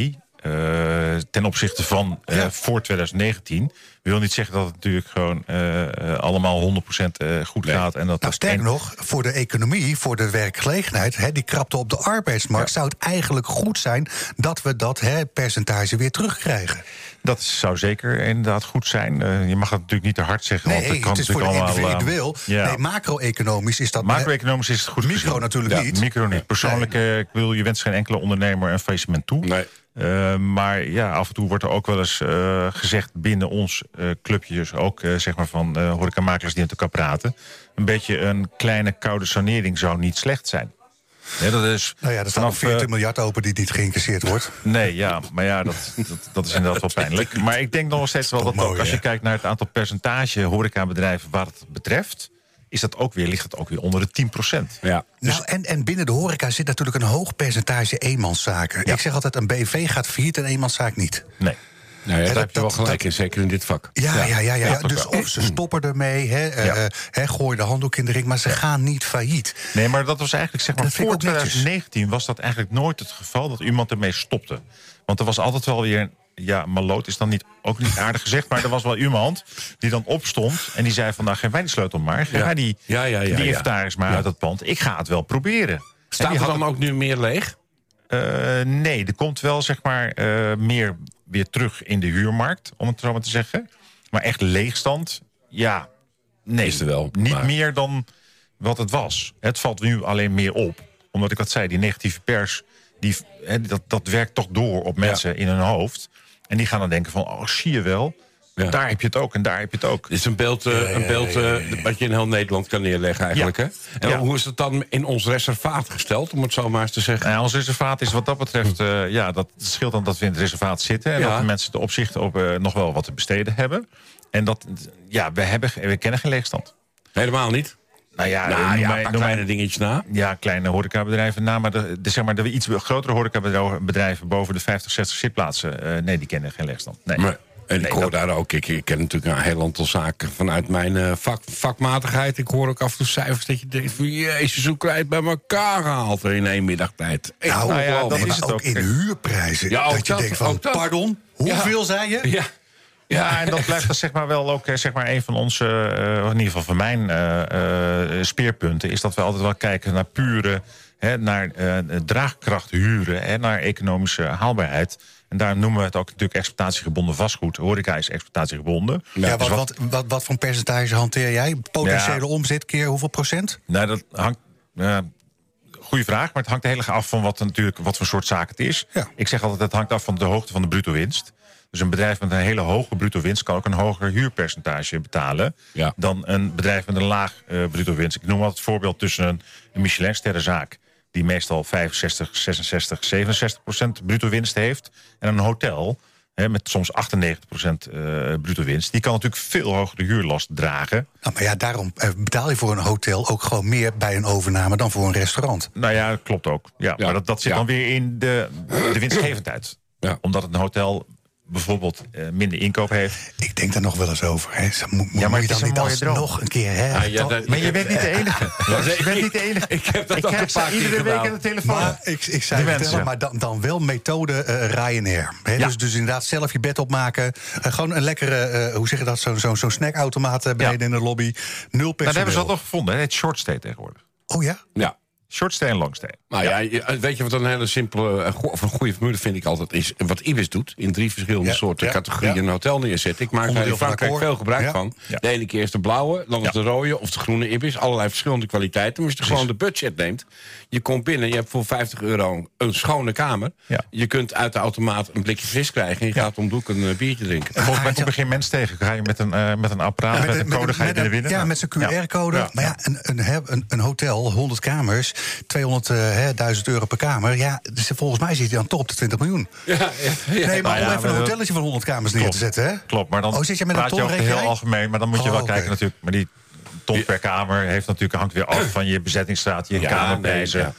Uh, ten opzichte van uh, ja. voor twintig negentien. Ik wil niet zeggen dat het natuurlijk gewoon uh, allemaal honderd procent uh, goed nee. gaat. En dat nou, sterker en... nog, voor de economie, voor de werkgelegenheid, hè, die krapte op de arbeidsmarkt, ja. zou het eigenlijk goed zijn dat we dat hè, percentage weer terugkrijgen. Dat zou zeker inderdaad goed zijn. Uh, je mag het natuurlijk niet te hard zeggen. Nee, want het, kan het is voor de individueel. Uh, ja. Nee, macro-economisch is dat... Macro-economisch is het goed Micro gezien. natuurlijk ja, niet. Micro niet. Persoonlijk, nee. uh, ik wil, je wens geen enkele ondernemer een faillissement toe. Nee. Uh, maar ja, af en toe wordt er ook wel eens uh, gezegd binnen ons uh, clubjes, ook uh, zeg maar van uh, horecamakelaars die met elkaar praten, een beetje een kleine koude sanering zou niet slecht zijn. Ja, dat is nou ja, dat staat nog veertig miljard open die niet geïncasseerd wordt. Nee, ja, maar ja, dat, dat, dat is inderdaad wel pijnlijk. Maar ik denk nog steeds wel dat mooi, ook, als je kijkt naar het aantal percentage horecabedrijven waar het betreft, is dat ook weer, ligt het ook weer onder de tien procent. Ja. Dus nou, en, en binnen de horeca zit natuurlijk een hoog percentage eenmanszaken. Ja. Ik zeg altijd, een B V gaat failliet en een eenmanszaak niet. Nee. Nou ja, daar dat, heb je wel gelijk dat, in, zeker in dit vak. Ja, ja, ja, ja, ja, ja. Dus of ze stoppen ermee, hè, ja. uh, hè, gooien de handdoek in de ring, maar ze ja. gaan niet failliet. Nee, maar dat was eigenlijk, zeg maar, dat voor twintig negentien was dat eigenlijk nooit het geval dat iemand ermee stopte. Want er was altijd wel weer een, ja, maloot is dan niet, ook niet aardig gezegd, maar er was wel iemand die dan opstond en die zei van, nou, geef mij die sleutel maar, geef ja. mij die, ja, ja, ja, die inventaris ja. maar ja. uit het pand. Ik ga het wel proberen. Staat er dan ook nu meer leeg? Uh, nee, er komt wel, zeg maar, uh, meer weer terug in de huurmarkt, om het zo maar te zeggen. Maar echt leegstand, ja, nee. Is er wel. Niet maar... meer dan wat het was. Het valt nu alleen meer op. Omdat ik wat zei, die negatieve pers, die, he, dat, dat werkt toch door op mensen ja. in hun hoofd. En die gaan dan denken van, oh, zie je wel, ja. daar heb je het ook en daar heb je het ook. Het is een beeld, uh, ja, ja, een beeld uh, ja, ja, ja. wat je in heel Nederland kan neerleggen eigenlijk. Ja. Hè? En ja. hoe is het dan in ons reservaat gesteld, om het zo maar eens te zeggen? Nou, ons reservaat is wat dat betreft, uh, ja, dat scheelt dan dat we in het reservaat zitten. En ja. dat de mensen de opzicht op uh, nog wel wat te besteden hebben. En dat, ja, we, hebben, we kennen geen leegstand. Helemaal niet? Nou ja, nou, noem ja, mij, een noem kleine mij, dingetjes na. Ja, kleine horecabedrijven na. Maar de, de, zeg maar de iets grotere horecabedrijven boven de vijftig, zestig zitplaatsen, uh, nee, die kennen geen leegstand. Nee. Maar, en nee, ik hoor dat... daar ook, ik, ik ken natuurlijk een heel aantal zaken vanuit mijn uh, vak, vakmatigheid. Ik hoor ook af en toe cijfers dat je denkt van, jezus, hoe krijg je het bij elkaar gehaald in één middagtijd. Echt nou, nou ja, dat is het ook, ook in huurprijzen. Ja, dat je dat, denkt van, pardon, hoeveel ja. zei je? Ja. Ja, en dat blijft dan zeg maar wel ook zeg maar een van onze, uh, in ieder geval van mijn uh, uh, speerpunten, is dat we altijd wel kijken naar pure, hè, naar uh, draagkracht huren en naar economische haalbaarheid. En daar noemen we het ook natuurlijk exploitatiegebonden vastgoed. Horeca is exploitatiegebonden. Ja, dus wat, wat, wat, wat voor een percentage hanteer jij? Potentiële ja. omzet keer hoeveel procent? Nou, dat hangt... Uh, Goeie vraag, maar het hangt heel erg af van wat, natuurlijk, wat voor soort zaak het is. Ja. Ik zeg altijd, het hangt af van de hoogte van de bruto winst. Dus een bedrijf met een hele hoge bruto winst kan ook een hoger huurpercentage betalen ja. dan een bedrijf met een laag uh, bruto winst. Ik noem altijd het voorbeeld tussen een, een Michelin-sterrenzaak die meestal vijfenzestig, zesenzestig, zevenenzestig procent bruto winst heeft, en een hotel he, met soms achtennegentig procent uh, bruto winst. Die kan natuurlijk veel hogere huurlast dragen. Nou, maar ja, daarom betaal je voor een hotel ook gewoon meer bij een overname dan voor een restaurant. Nou ja, dat klopt ook. Ja, ja. Maar dat, dat zit ja. dan weer in de, de winstgevendheid. Ja. Omdat het een hotel bijvoorbeeld uh, minder inkoop heeft. Ik denk daar nog wel eens over. Hè. Mo ja, maar moet je dan niet als nog een keer... Hè, ja, ja, dat, maar je bent niet de enige. Ja, je bent niet de enige. Ik heb dat ik krijg ze iedere week aan de telefoon. Maar ik, ik zei het vertellen, maar dan, dan wel methode uh, Ryanair. Hè. Ja. Dus, dus inderdaad zelf je bed opmaken. Uh, gewoon een lekkere, uh, hoe zeg je dat, zo'n zo, zo snackautomaat uh, beneden ja. in de lobby. Nul personeel. Nou, dat hebben ze al nog gevonden. Hè. Het is shortstay tegenwoordig. Oh ja? Ja. Shortstay en longstay. Nou ja, ja, weet je wat een hele simpele of een goede formule vind ik altijd is, wat Ibis doet in drie verschillende ja, soorten ja, categorieën ja. een hotel neerzet. Ik maak daar in Frankrijk veel gebruik ja. van. Ja. De ene keer is de blauwe, dan is ja. de rode of de groene Ibis. Allerlei verschillende kwaliteiten. Maar als je gewoon de budget neemt, je komt binnen, je hebt voor vijftig euro een schone kamer. Ja. Je kunt uit de automaat een blikje vis krijgen en je ja. gaat om de hoek een uh, biertje drinken. En volgens mij kom je geen mens tegen. Ga je met een, uh, met een apparaat, ja, met, met een code, met, ga je binnen binnen? Ja, met zijn Q R-code. Ja. Maar ja, een, een, een, een hotel, honderd kamers, tweehonderdduizend euro per kamer. Ja, dus volgens mij zit hij dan toch op de twintig miljoen. Ja, ja, ja. Nee, maar om ja, even een hotelletje van honderd kamers neer klopt, te zetten, hè? Klopt, maar dan oh, zit je met praat een je over heel algemeen. Maar dan moet je oh, wel okay. kijken natuurlijk. Maar die ton per kamer heeft natuurlijk, hangt weer af van je bezettingsstraat, je ja, kamerprijzen. Nee, ja, ja.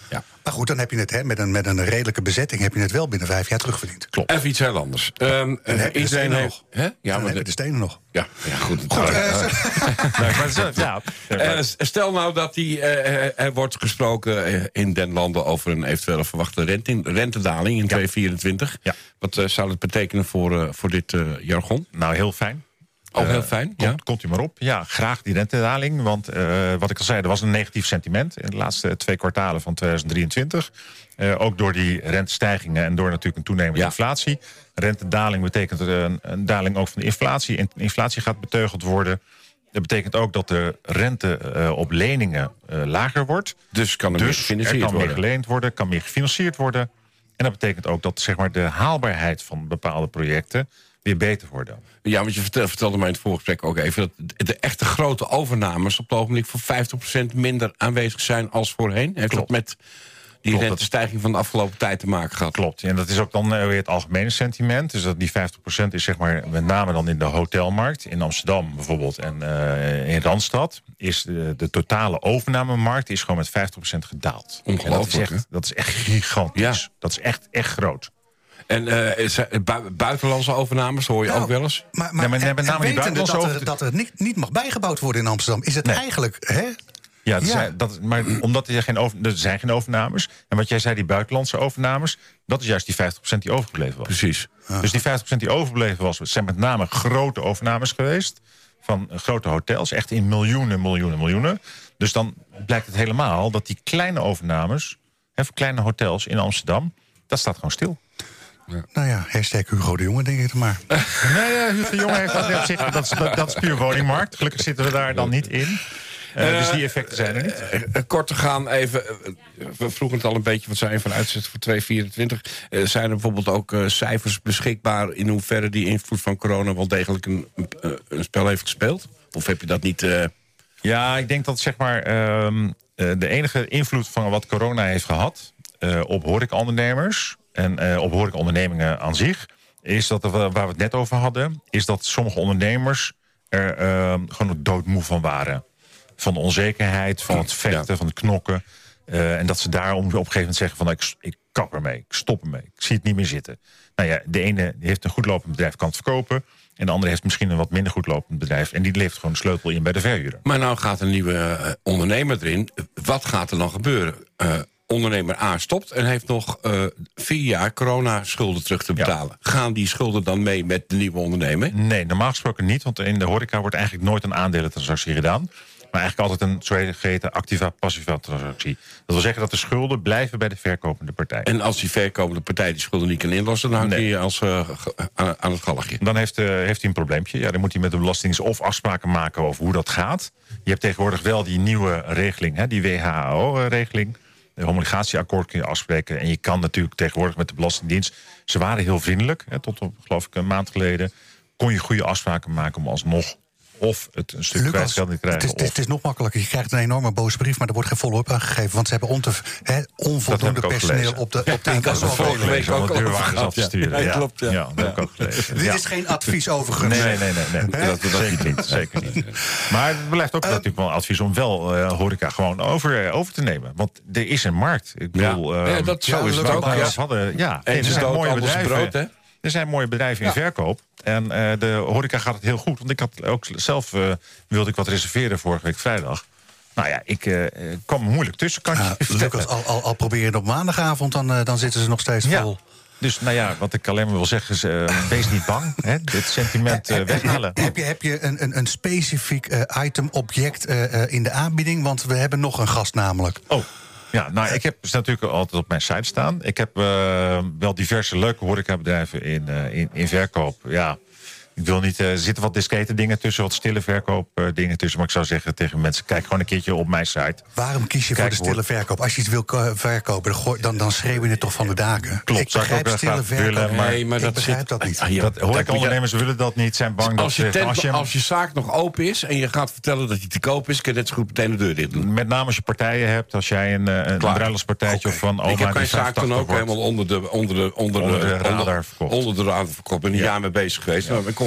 Maar goed, dan heb je het hè, met, een, met een redelijke bezetting... heb je het wel binnen vijf jaar terugverdiend. Klopt. Even iets heel anders. Um, dan heb je de stenen nog. Hè? Ja, dan maar heb je de stenen nog. Ja, ja goed. goed uh, nee, maar, ja. uh, stel nou dat die, uh, er wordt gesproken uh, in den landen... over een eventuele verwachte rente, rentedaling in ja. tweeduizend vierentwintig. Ja. Wat uh, zou dat betekenen voor, uh, voor dit uh, jargon? Nou, heel fijn. Oh, heel fijn. Uh, komt, ja. komt u maar op. Ja, graag die rentedaling. Want uh, wat ik al zei, er was een negatief sentiment... in de laatste twee kwartalen van tweeduizend drieëntwintig. Uh, ook door die rentestijgingen en door natuurlijk een toenemende ja. inflatie. Rentedaling betekent een, een daling ook van de inflatie. En inflatie gaat beteugeld worden. Dat betekent ook dat de rente uh, op leningen uh, lager wordt. Dus kan er dus meer gefinancierd er kan worden. meer geleend worden, kan meer gefinancierd worden. En dat betekent ook dat zeg maar, de haalbaarheid van bepaalde projecten... weer beter worden. Ja, want je vertelde, vertelde mij in het voorgesprek ook even... dat de echte grote overnames op het ogenblik... voor vijftig procent minder aanwezig zijn als voorheen. Heeft Klopt. dat met die Klopt, rentestijging van de afgelopen tijd te maken gehad? Klopt, en dat is ook dan weer het algemene sentiment. Dus dat die vijftig procent is zeg maar met name dan in de hotelmarkt. In Amsterdam bijvoorbeeld en uh, in Randstad... is de, de totale overnamemarkt is gewoon met vijftig procent gedaald. Ongelooflijk, dat is echt, dat is echt gigantisch. Ja. Dat is echt, echt groot. En uh, bu buitenlandse overnames hoor je nou, ook wel eens? Maar, maar, nee, maar met name die buitenlandse dat er, dat er niet, niet mag bijgebouwd worden in Amsterdam... is het nee. eigenlijk... Hè? Ja, dat ja. Zijn, dat, maar omdat er, geen over, er zijn geen overnames. En wat jij zei, die buitenlandse overnames... dat is juist die vijftig procent die overgebleven was. Precies. Ah. Dus die vijftig procent die overgebleven was... zijn met name grote overnames geweest... van grote hotels, echt in miljoenen, miljoenen, miljoenen. Dus dan blijkt het helemaal dat die kleine overnames... Hè, voor kleine hotels in Amsterdam... dat staat gewoon stil. Ja. Nou ja, hashtag Hugo de Jonge, denk ik dan maar. Nee, uh, Hugo de Jonge heeft dat op zich... Dat is, dat, dat is puur woningmarkt. Gelukkig zitten we daar dan niet in. Uh, dus die effecten zijn er niet. Uh, uh, kort te gaan even... Uh, we vroegen het al een beetje, wat zijn je van uitzet voor tweeduizend vierentwintig? Uh, zijn er bijvoorbeeld ook uh, cijfers beschikbaar... in hoeverre die invloed van corona wel degelijk een, uh, een spel heeft gespeeld? Of heb je dat niet... Uh... Ja, ik denk dat zeg maar uh, uh, de enige invloed van wat corona heeft gehad... Uh, op horecaondernemers en uh, op horecaondernemingen aan zich... is dat er, waar we het net over hadden... is dat sommige ondernemers er uh, gewoon doodmoe van waren. Van de onzekerheid, van het vechten, ja. van het knokken. Uh, en dat ze daarom op een gegeven moment zeggen van... ik, ik kap ermee, ik stop ermee, ik zie het niet meer zitten. Nou ja, de ene heeft een goed lopend bedrijf, kan het verkopen... en de andere heeft misschien een wat minder goed lopend bedrijf... en die levert gewoon de sleutel in bij de verhuurder. Maar nou gaat een nieuwe uh, ondernemer erin. Wat gaat er dan gebeuren? Uh, ondernemer A stopt en heeft nog uh, vier jaar corona-schulden terug te betalen. Ja. Gaan die schulden dan mee met de nieuwe ondernemer? Nee, normaal gesproken niet, want in de horeca wordt eigenlijk nooit een aandelentransactie gedaan. Maar eigenlijk altijd een zogeheten activa-passiva transactie. Dat wil zeggen dat de schulden blijven bij de verkopende partij. En als die verkopende partij die schulden niet kan inlossen... dan hangt nee. hij als, uh, aan, aan het galgje. Dan heeft, uh, heeft hij een probleempje. Ja, dan moet hij met de Belastingdienst of afspraken maken over hoe dat gaat. Je hebt tegenwoordig wel die nieuwe regeling, hè, die W H O-regeling... De homologatieakkoord kun je afspreken. En je kan natuurlijk tegenwoordig met de Belastingdienst... ze waren heel vriendelijk, hè, tot op, geloof ik, een maand geleden... kon je goede afspraken maken om alsnog... of het een stuk kwijtgeld te krijgen. Het is, het is nog makkelijker. Je krijgt een enorme boze brief... maar er wordt geen follow-up aangegeven. Want ze hebben onte, he, onvoldoende personeel op de, op de incassoafdeling. Ja, om de deurwagens af te sturen. Ja, klopt. Ja. Ja, dat heb ik ook gelezen. Dit is geen advies overigens. Nee, nee, nee. nee, nee. Dat, dat zeker niet. Zeker niet. Maar het blijft ook uh, natuurlijk wel een advies... om wel uh, horeca gewoon over, uh, over te nemen. Want er is een markt. Ik bedoel... Ja, uh, ja dat zo is het ook. Ja. Hadden, ja, er zijn mooie bedrijven. Brood, hè? Er zijn mooie bedrijven in ja. verkoop. En uh, de horeca gaat het heel goed. Want ik had ook zelf uh, wilde ik wat reserveren vorige week vrijdag. Nou ja, ik uh, kwam er moeilijk tussen. Kan ja, Lucas, al, al, al probeer je het op maandagavond, dan, uh, dan zitten ze nog steeds ja. vol. Dus nou ja, wat ik alleen maar wil zeggen is... Uh, wees niet bang, hè, dit sentiment uh, weghalen. Heb je, heb je een, een, een specifiek uh, item, object uh, uh, in de aanbieding? Want we hebben nog een gast namelijk. Oh. Ja, nou, ik heb ze natuurlijk altijd op mijn site staan. Ik heb uh, wel diverse leuke horecabedrijven in, uh, in, in verkoop. Ja, ik wil niet... Uh, er zitten wat discrete dingen tussen, wat stille verkoop uh, dingen tussen. Maar ik zou zeggen tegen mensen, kijk gewoon een keertje op mijn site. Waarom kies je kijk voor de stille verkoop? Als je iets wil verkopen, dan, dan schreeuw je het toch van de daken? Klopt, ik begrijp ik stille verkoop, willen, maar nee, maar ik dat begrijp zit, dat niet. Ah, ja, dat, horecaondernemers willen dat niet, zijn bang als dat je, ze... tent, Als je, als je zaak nog open is en je gaat vertellen dat hij te koop is... kun je net zo goed meteen de deur dicht doen. Met name als je partijen hebt, als jij een, een bruiloftspartijtje okay. of van... Oh, ik heb mijn zaak dan ook wordt, helemaal onder de, onder de, onder de, onder de radar onder, verkocht. Onder de radar verkocht. Ik ben een ja. jaar mee bezig geweest. Ja. Nou, ik kon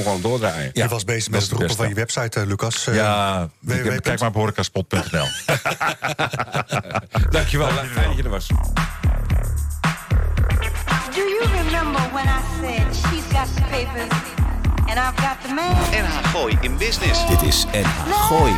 Gewoon gewoon doordraaien. Je was bezig met het roepen van je website, uh, Lucas. Uh, ja, w w w. Kijk maar op horecaspot punt n l. Dankjewel, fijn dat je er was. Do you remember when I said she's got the papers and I've got the man? N H Gooi in Business. Dit is N H Gooi.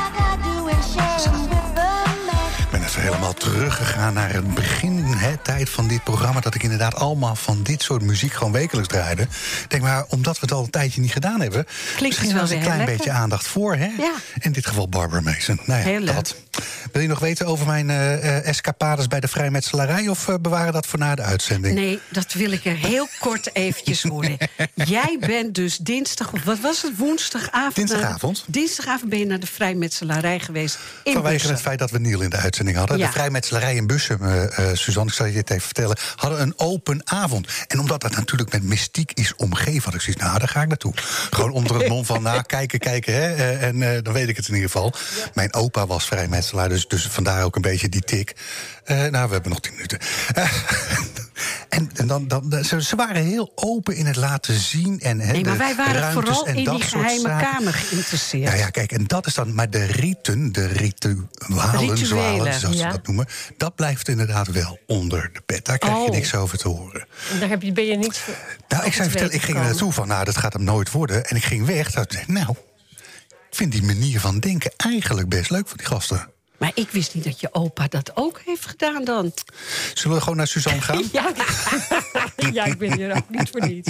Ik ben even helemaal teruggegaan naar het begin, hè, tijd van dit programma, dat ik inderdaad allemaal van dit soort muziek gewoon wekelijks draaide. Ik denk maar, omdat we het al een tijdje niet gedaan hebben, klinkt misschien wel eens een klein lekker. beetje aandacht voor, hè? Ja. In dit geval Barbara Mason. Nou ja, heel leuk. Dat. Wil je nog weten over mijn uh, escapades bij de vrijmetselarij, of uh, bewaren dat voor na de uitzending? Nee, dat wil ik er heel kort eventjes horen. Jij bent dus dinsdag, of wat was het, woensdagavond? Dinsdagavond. Naar, dinsdagavond ben je naar de vrijmetselarij geweest in Vanwege Bussum. het feit dat we Niel in de uitzending hadden. Ja. De vrijmetselarij in Bussum, uh, uh, Suzanne, ik zal je dit even vertellen, hadden een open avond. En omdat dat natuurlijk met mystiek is omgeven, had ik zoiets, nou, daar ga ik naartoe. Gewoon onder het mom van, nou, kijken, kijken, hè. Uh, en uh, dan weet ik het in ieder geval. Ja. Mijn opa was vrijmetselaar, dus, dus vandaar ook een beetje die tik. Uh, nou, we hebben nog tien minuten. Uh, en en dan, dan, ze, ze waren heel open in het laten zien. En, he, nee, maar wij waren vooral en in dat die soort geheime zaken. kamer geïnteresseerd. Ja, ja, kijk, en dat is dan, maar de riten, de ritualen, zwalen, zoals ja. ze dat noemen, dat blijft inderdaad wel onder de pet. Daar krijg je oh. niks over te horen. En daar heb je, ben je niets voor. Nou, ik zou je vertellen, ik ging er naartoe van, nou, dat gaat hem nooit worden. En ik ging weg, dat ik dacht, nou, ik vind die manier van denken eigenlijk best leuk voor die gasten. Maar ik wist niet dat je opa dat ook heeft gedaan dan. Zullen we gewoon naar Suzanne gaan? Ja, ja, ik ben hier ook niet voor niets.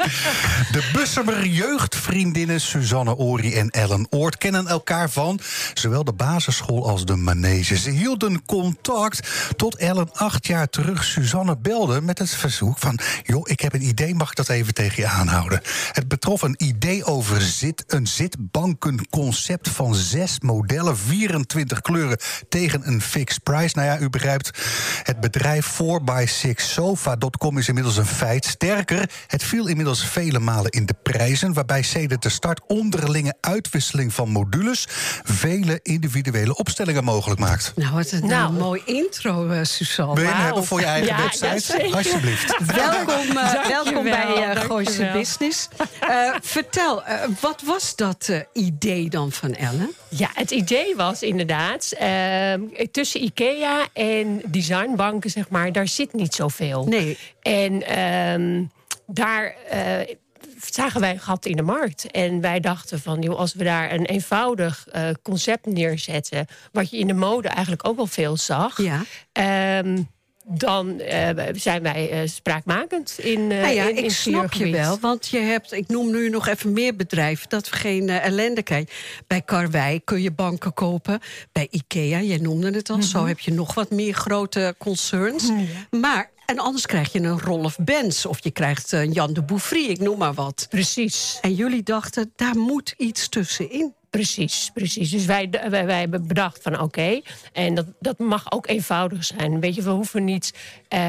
De Bussumer jeugdvriendinnen Suzanne Ori en Ellen Oort kennen elkaar van zowel de basisschool als de manege. Ze hielden contact tot Ellen acht jaar terug Suzanne belde met het verzoek van, joh, ik heb een idee, mag ik dat even tegen je aanhouden? Het betrof een idee over zit, een zitbankenconcept van zes modellen, vierentwintig kleuren tegen een fixed price. Nou ja, u begrijpt, het bedrijf four by six sofa dot com is inmiddels een feit. Sterker, het viel inmiddels vele malen in de prijzen, waarbij sedert de start onderlinge uitwisseling van modules vele individuele opstellingen mogelijk maakt. Nou, wat een nou, nou, mooi intro, uh, Suzanne. Wil je hem wow. hebben voor je eigen ja, website? Ja, alsjeblieft. Welkom, uh, welkom bij uh, Gooise Business. Uh, vertel, uh, wat was dat uh, idee dan van Ellen? Ja, het idee was inderdaad, uh, tussen IKEA en designbanken, zeg maar, daar zit niet zoveel. Nee. En uh, daar uh, zagen wij een gat in de markt. En wij dachten van, joh, als we daar een eenvoudig uh, concept neerzetten, wat je in de mode eigenlijk ook wel veel zag, ja. Uh, dan uh, zijn wij uh, spraakmakend in uh, nou ja, in, in ik snap je wel, want je hebt, ik noem nu nog even meer bedrijven, dat we geen uh, ellende krijgen. Bij Karwei kun je banken kopen, bij IKEA, jij noemde het al, mm-hmm. Zo heb je nog wat meer grote concerns. Mm, ja. Maar en anders krijg je een Rolf Benz of je krijgt een Jan de Bouffry, ik noem maar wat. Precies. En jullie dachten, daar moet iets tussenin. Precies, precies. Dus wij, wij, wij hebben bedacht van oké, okay, en dat, dat mag ook eenvoudig zijn. Weet je, we hoeven niet, uh,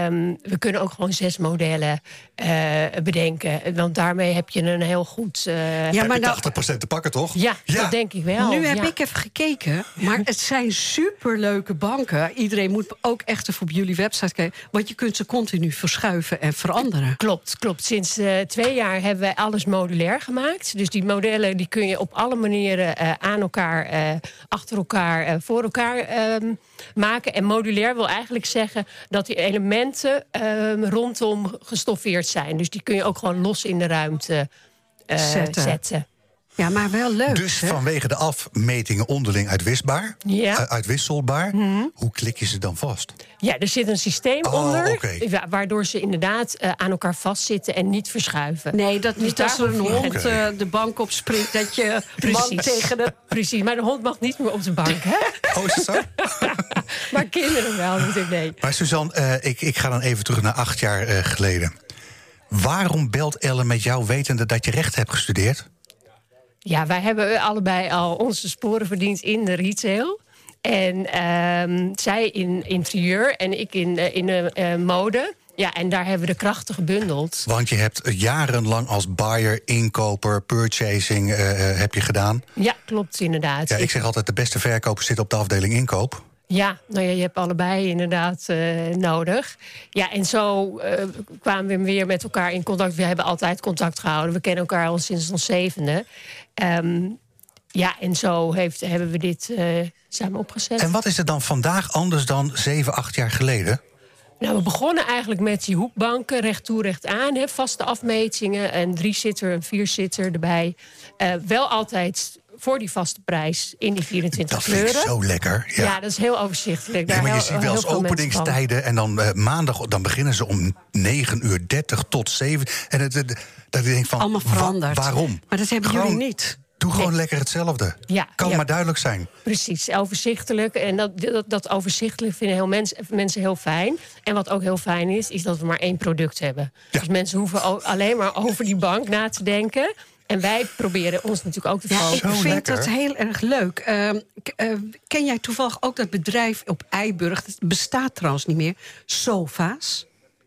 we kunnen ook gewoon zes modellen uh, bedenken. Want daarmee heb je een heel goed... Uh, ja, maar tachtig procent te pakken, toch? Ja, ja, dat denk ik wel. Nu heb ja. ik even gekeken, maar het zijn superleuke banken. Iedereen moet ook echt even op jullie website kijken, want je kunt ze continu verschuiven en veranderen. Klopt, klopt. Sinds uh, twee jaar hebben wij alles modulair gemaakt. Dus die modellen die kun je op alle manieren Uh, aan elkaar, uh, achter elkaar, uh, voor elkaar uh, maken. En modulair wil eigenlijk zeggen dat die elementen uh, rondom gestoffeerd zijn. Dus die kun je ook gewoon los in de ruimte uh, zetten. zetten. Ja, maar wel leuk. Dus hè? vanwege de afmetingen onderling uitwisbaar, ja. uh, uitwisselbaar, mm-hmm. Hoe klik je ze dan vast? Ja, er zit een systeem oh, onder, okay. waardoor ze inderdaad uh, aan elkaar vastzitten en niet verschuiven. Nee, dat niet dus als er een hond okay. uh, de bank op springt, dat je man tegen de... Precies, maar de hond mag niet meer op de bank, hè? Oh, is dat zo? Maar kinderen wel, natuurlijk nee. Maar Suzanne, uh, ik, ik ga dan even terug naar acht jaar uh, geleden. Waarom belt Ellen met jou wetende dat je recht hebt gestudeerd? Ja, wij hebben allebei al onze sporen verdiend in de retail. En uh, zij in interieur en ik in, uh, in uh, uh, mode. Ja, en daar hebben we de krachten gebundeld. Want je hebt jarenlang als buyer, inkoper, purchasing uh, heb je gedaan. Ja, klopt inderdaad. Ja, ik zeg altijd, de beste verkoper zit op de afdeling inkoop. Ja, nou ja, je hebt allebei inderdaad uh, nodig. Ja, en zo uh, kwamen we weer met elkaar in contact. We hebben altijd contact gehouden. We kennen elkaar al sinds ons zevende. Um, ja, en zo heeft, hebben we dit uh, samen opgezet. En wat is er dan vandaag anders dan zeven, acht jaar geleden? Nou, we begonnen eigenlijk met die hoekbanken, recht toe, recht aan. Hè, vaste afmetingen, een drie-zitter, een vier-zitter erbij. Uh, wel altijd voor die vaste prijs in die vierentwintig dat kleuren. Dat vind ik zo lekker. Ja, ja dat is heel overzichtelijk. Ja, Daar maar je heel, ziet wel eens openingstijden en dan uh, maandag dan beginnen ze om negen uur dertig tot zeven. En het, het, dat je denkt van, allemaal veranderd. Wa- waarom? Maar dat hebben Gewoon, jullie niet. Doe gewoon nee. lekker hetzelfde. Ja, kan ja. maar duidelijk zijn. Precies, overzichtelijk. En dat, dat, dat overzichtelijk vinden heel mens, mensen heel fijn. En wat ook heel fijn is, is dat we maar één product hebben. Ja. Dus mensen hoeven ook alleen maar over die bank na te denken. En wij proberen ons natuurlijk ook te focussen. Ja, ik vind dat heel erg leuk. Uh, uh, ken jij toevallig ook dat bedrijf op Eiburg? Het bestaat trouwens niet meer. Sofa's.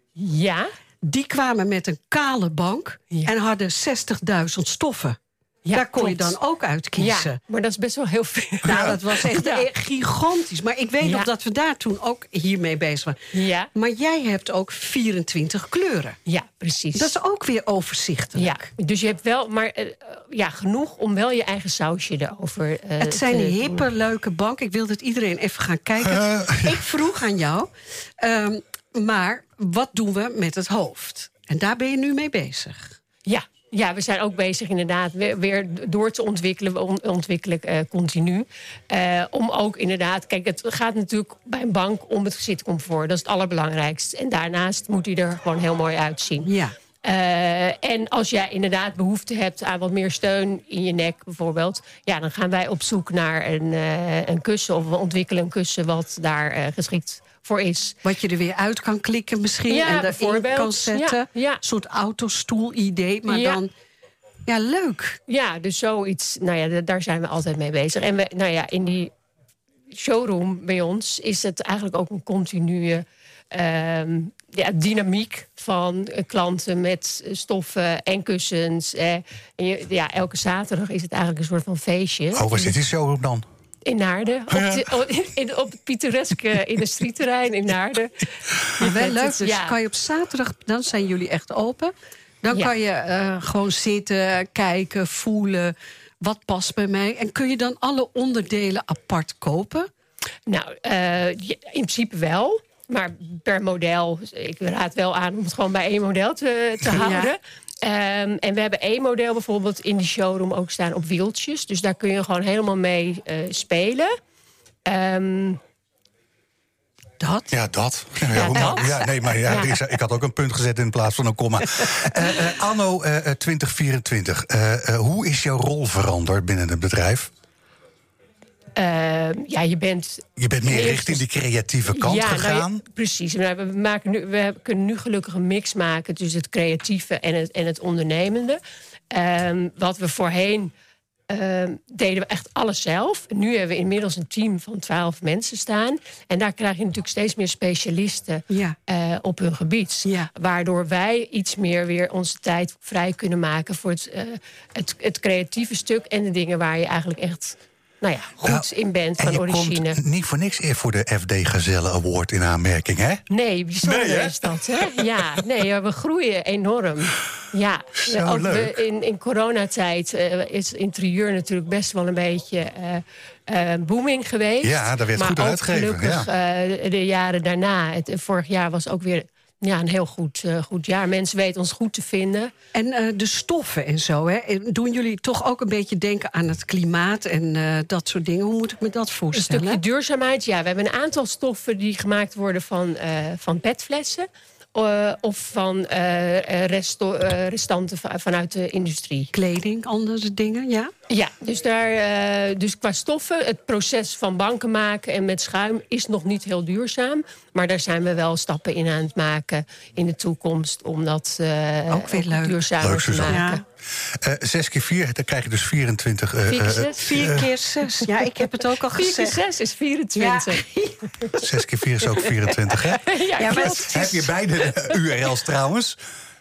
Ja. Die kwamen met een kale bank ja. en hadden zestigduizend stoffen. Ja, daar kon klopt. je dan ook uit kiezen. Ja, maar dat is best wel heel veel. Nou, dat was echt ja. gigantisch. Maar ik weet ja. nog dat we daar toen ook hiermee bezig waren. Ja. Maar jij hebt ook vierentwintig kleuren. Ja, precies. Dat is ook weer overzichtelijk. Ja, dus je hebt wel maar uh, ja, genoeg om wel je eigen sausje erover uh, Het zijn te hippe, doen. leuke banken. Ik wil dat iedereen even gaan kijken. Uh, ja. Ik vroeg aan jou, um, maar wat doen we met het hoofd? En daar ben je nu mee bezig. Ja. Ja, we zijn ook bezig inderdaad weer, weer door te ontwikkelen. We on, ontwikkelen uh, continu. Uh, om ook inderdaad... Kijk, het gaat natuurlijk bij een bank om het zitcomfort. Dat is het allerbelangrijkste. En daarnaast moet hij er gewoon heel mooi uitzien. Ja. Uh, en als jij inderdaad behoefte hebt aan wat meer steun in je nek bijvoorbeeld... ja, dan gaan wij op zoek naar een, uh, een kussen... of we ontwikkelen een kussen wat daar uh, geschikt voor is. Wat je er weer uit kan klikken misschien ja, en erin kan zetten. Ja, ja. Een soort autostoel-idee, maar ja. dan... Ja, leuk. Ja, dus zoiets, nou ja, daar zijn we altijd mee bezig. En we, nou ja, in die showroom bij ons is het eigenlijk ook een continue... Um, ja, dynamiek van uh, klanten met stoffen en kussens. Eh, en je, ja, elke zaterdag is het eigenlijk een soort van feestje. Oh, waar zit die showroom dan? In Naarden. Op, de, in, op het pittoreske industrieterrein in Naarden. Maar wel leuk, dus ja. kan je op zaterdag... dan zijn jullie echt open. Dan ja. kan je uh, gewoon zitten, kijken, voelen... wat past bij mij. En kun je dan alle onderdelen apart kopen? Nou, uh, in principe wel. Maar per model, ik raad wel aan om het gewoon bij één model te, te houden. Ja. Um, en we hebben één model bijvoorbeeld in de showroom ook staan op wieltjes. Dus daar kun je gewoon helemaal mee uh, spelen. Um, dat? Ja, dat. Ja, ja, dat. dat. ja nee, maar ja, ja. Ik, ik had ook een punt gezet in plaats van een komma. uh, uh, anno uh, twintig vierentwintig, uh, uh, hoe is jouw rol veranderd binnen het bedrijf? Uh, ja, je bent... Je bent meer richting die creatieve kant ja, gegaan? Nou, ja, precies. We, maken nu, we kunnen nu gelukkig een mix maken tussen het creatieve en het, en het ondernemende. Um, wat we voorheen um, deden we echt alles zelf. Nu hebben we inmiddels een team van twaalf mensen staan. En daar krijg je natuurlijk steeds meer specialisten ja. uh, op hun gebied. Ja. Waardoor wij iets meer weer onze tijd vrij kunnen maken voor het, uh, het, het creatieve stuk en de dingen waar je eigenlijk echt... nou ja, goed nou, in bent van origine. En je komt niet voor niks eer voor de F D Gazelle Award in aanmerking, hè? Nee, bijzonder nee, is dat, hè? Ja, nee, we groeien enorm. Ja, Zo ook leuk. We, in, in coronatijd uh, is interieur natuurlijk best wel een beetje uh, uh, booming geweest. Ja, daar werd maar goed ook uitgegeven. Gelukkig Ja. uh, de jaren daarna. Het, vorig jaar was ook weer... Ja, een heel goed, uh, goed jaar. Mensen weten ons goed te vinden. En uh, de stoffen en zo, hè? Doen jullie toch ook een beetje denken aan het klimaat en uh, dat soort dingen? Hoe moet ik me dat voorstellen? Een stukje duurzaamheid, ja. We hebben een aantal stoffen die gemaakt worden van, uh, van petflessen. Uh, of van uh, resto, uh, restanten vanuit de industrie. Kleding, andere dingen, ja? Ja, dus, daar, uh, dus qua stoffen, het proces van banken maken en met schuim is nog niet heel duurzaam. Maar daar zijn we wel stappen in aan het maken in de toekomst om dat uh, ook weer leuk. duurzamer leuk, te maken. Ja. Uh, zes keer vier, dan krijg je dus vierentwintig... Uh, vier keer zes? Vier uh, keer zes, ja, ik heb het ook al gezegd. Vier keer zes is vierentwintig. Ja. Zes keer vier is ook vierentwintig, hè? Ja, ja, maar het heb je beide U R L's trouwens?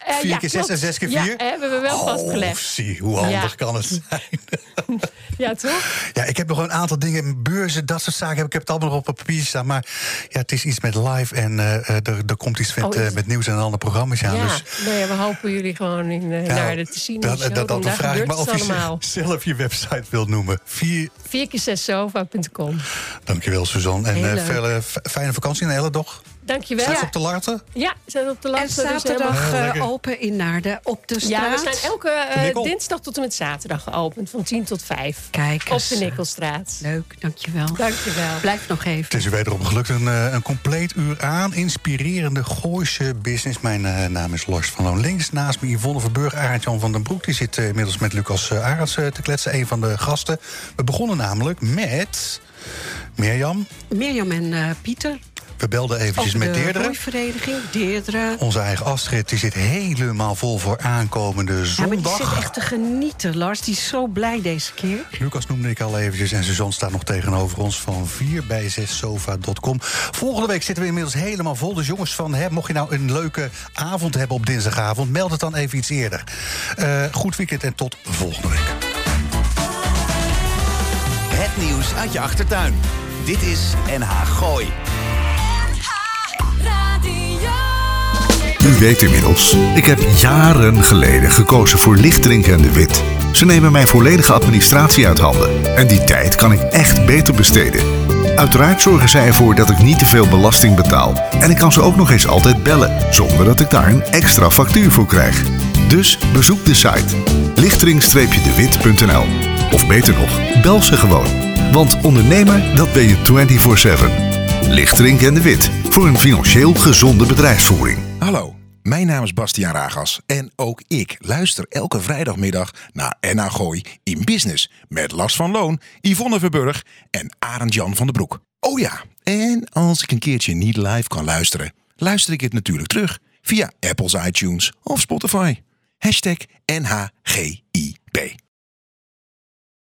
Uh, vier ja, keer zes klopt. en zes keer Ja, vier? hebben we wel oh, vastgelegd. Zie, hoe handig Ja. kan het zijn? Ja, toch? Ja, ik heb nog een aantal dingen, beurzen, dat soort zaken. Ik heb het allemaal nog op papier staan. Maar ja, het is iets met live en uh, er, er komt iets met, Oh, uh, met nieuws en andere programma's aan. Ja, dus, nou ja, we hopen jullie gewoon in, uh, ja, naar de te zien. Dat, dat, dat, dat vraag ik me of je allemaal. zelf je website wilt noemen. Vier... vier keer zes sofa punt com. Dankjewel, Suzanne. En uh, felle, fijne vakantie, een hele dag. Dankjewel. Zijn ze Ja. op de Larten? Ja, ze zijn op de En Larten. dus zaterdag helemaal- uh, open in Naarden op de straat. Ja, we zijn elke uh, Nikkel. dinsdag tot en met zaterdag geopend. Van tien tot vijf. Kijk Op eens. de Nikkelstraat. Leuk, dankjewel. Dankjewel. Blijf nog even. Het is u wederom gelukt. Een, uh, een compleet uur aan. Inspirerende Gooise business. Mijn uh, naam is Lars van Loon. Links naast me Yvonne Verburg, Arend-Jan van den Broek. Die zit uh, inmiddels met Lucas uh, Arends uh, te kletsen. Een van de gasten. We begonnen namelijk met Mirjam. Mirjam en uh, Pieter. We belden eventjes Over met de Deerdere. roeivereniging, Deerdere. Onze eigen Astrid die zit helemaal vol voor aankomende Ja, maar zondag. die zit echt te genieten, Lars. Die is zo blij deze keer. Lucas noemde ik al eventjes en Suzanne staat nog tegenover ons van vier bij zes sofa punt com. Volgende week zitten we inmiddels helemaal vol. Dus jongens, van, hè, mocht je nou een leuke avond hebben op dinsdagavond, meld het dan even iets eerder. Uh, goed weekend en tot volgende week. Het nieuws uit je achtertuin. Dit is N H Gooi. U weet inmiddels, ik heb jaren geleden gekozen voor Lichtdrink en de Wit. Ze nemen mijn volledige administratie uit handen. En die tijd kan ik echt beter besteden. Uiteraard zorgen zij ervoor dat ik niet te veel belasting betaal. En ik kan ze ook nog eens altijd bellen, zonder dat ik daar een extra factuur voor krijg. Dus bezoek de site lichtdrink de wit punt n l. Of beter nog, bel ze gewoon. Want ondernemer, dat ben je vierentwintig zeven. Lichtdrink en de Wit, voor een financieel gezonde bedrijfsvoering. Hallo, mijn naam is Bastiaan Ragas en ook ik luister elke vrijdagmiddag naar N H Gooi in Business met Lars van Loon, Yvonne Verburg en Arend-Jan van den Broek. Oh ja, en als ik een keertje niet live kan luisteren, luister ik het natuurlijk terug via Apple's iTunes of Spotify. Hashtag N H G I B.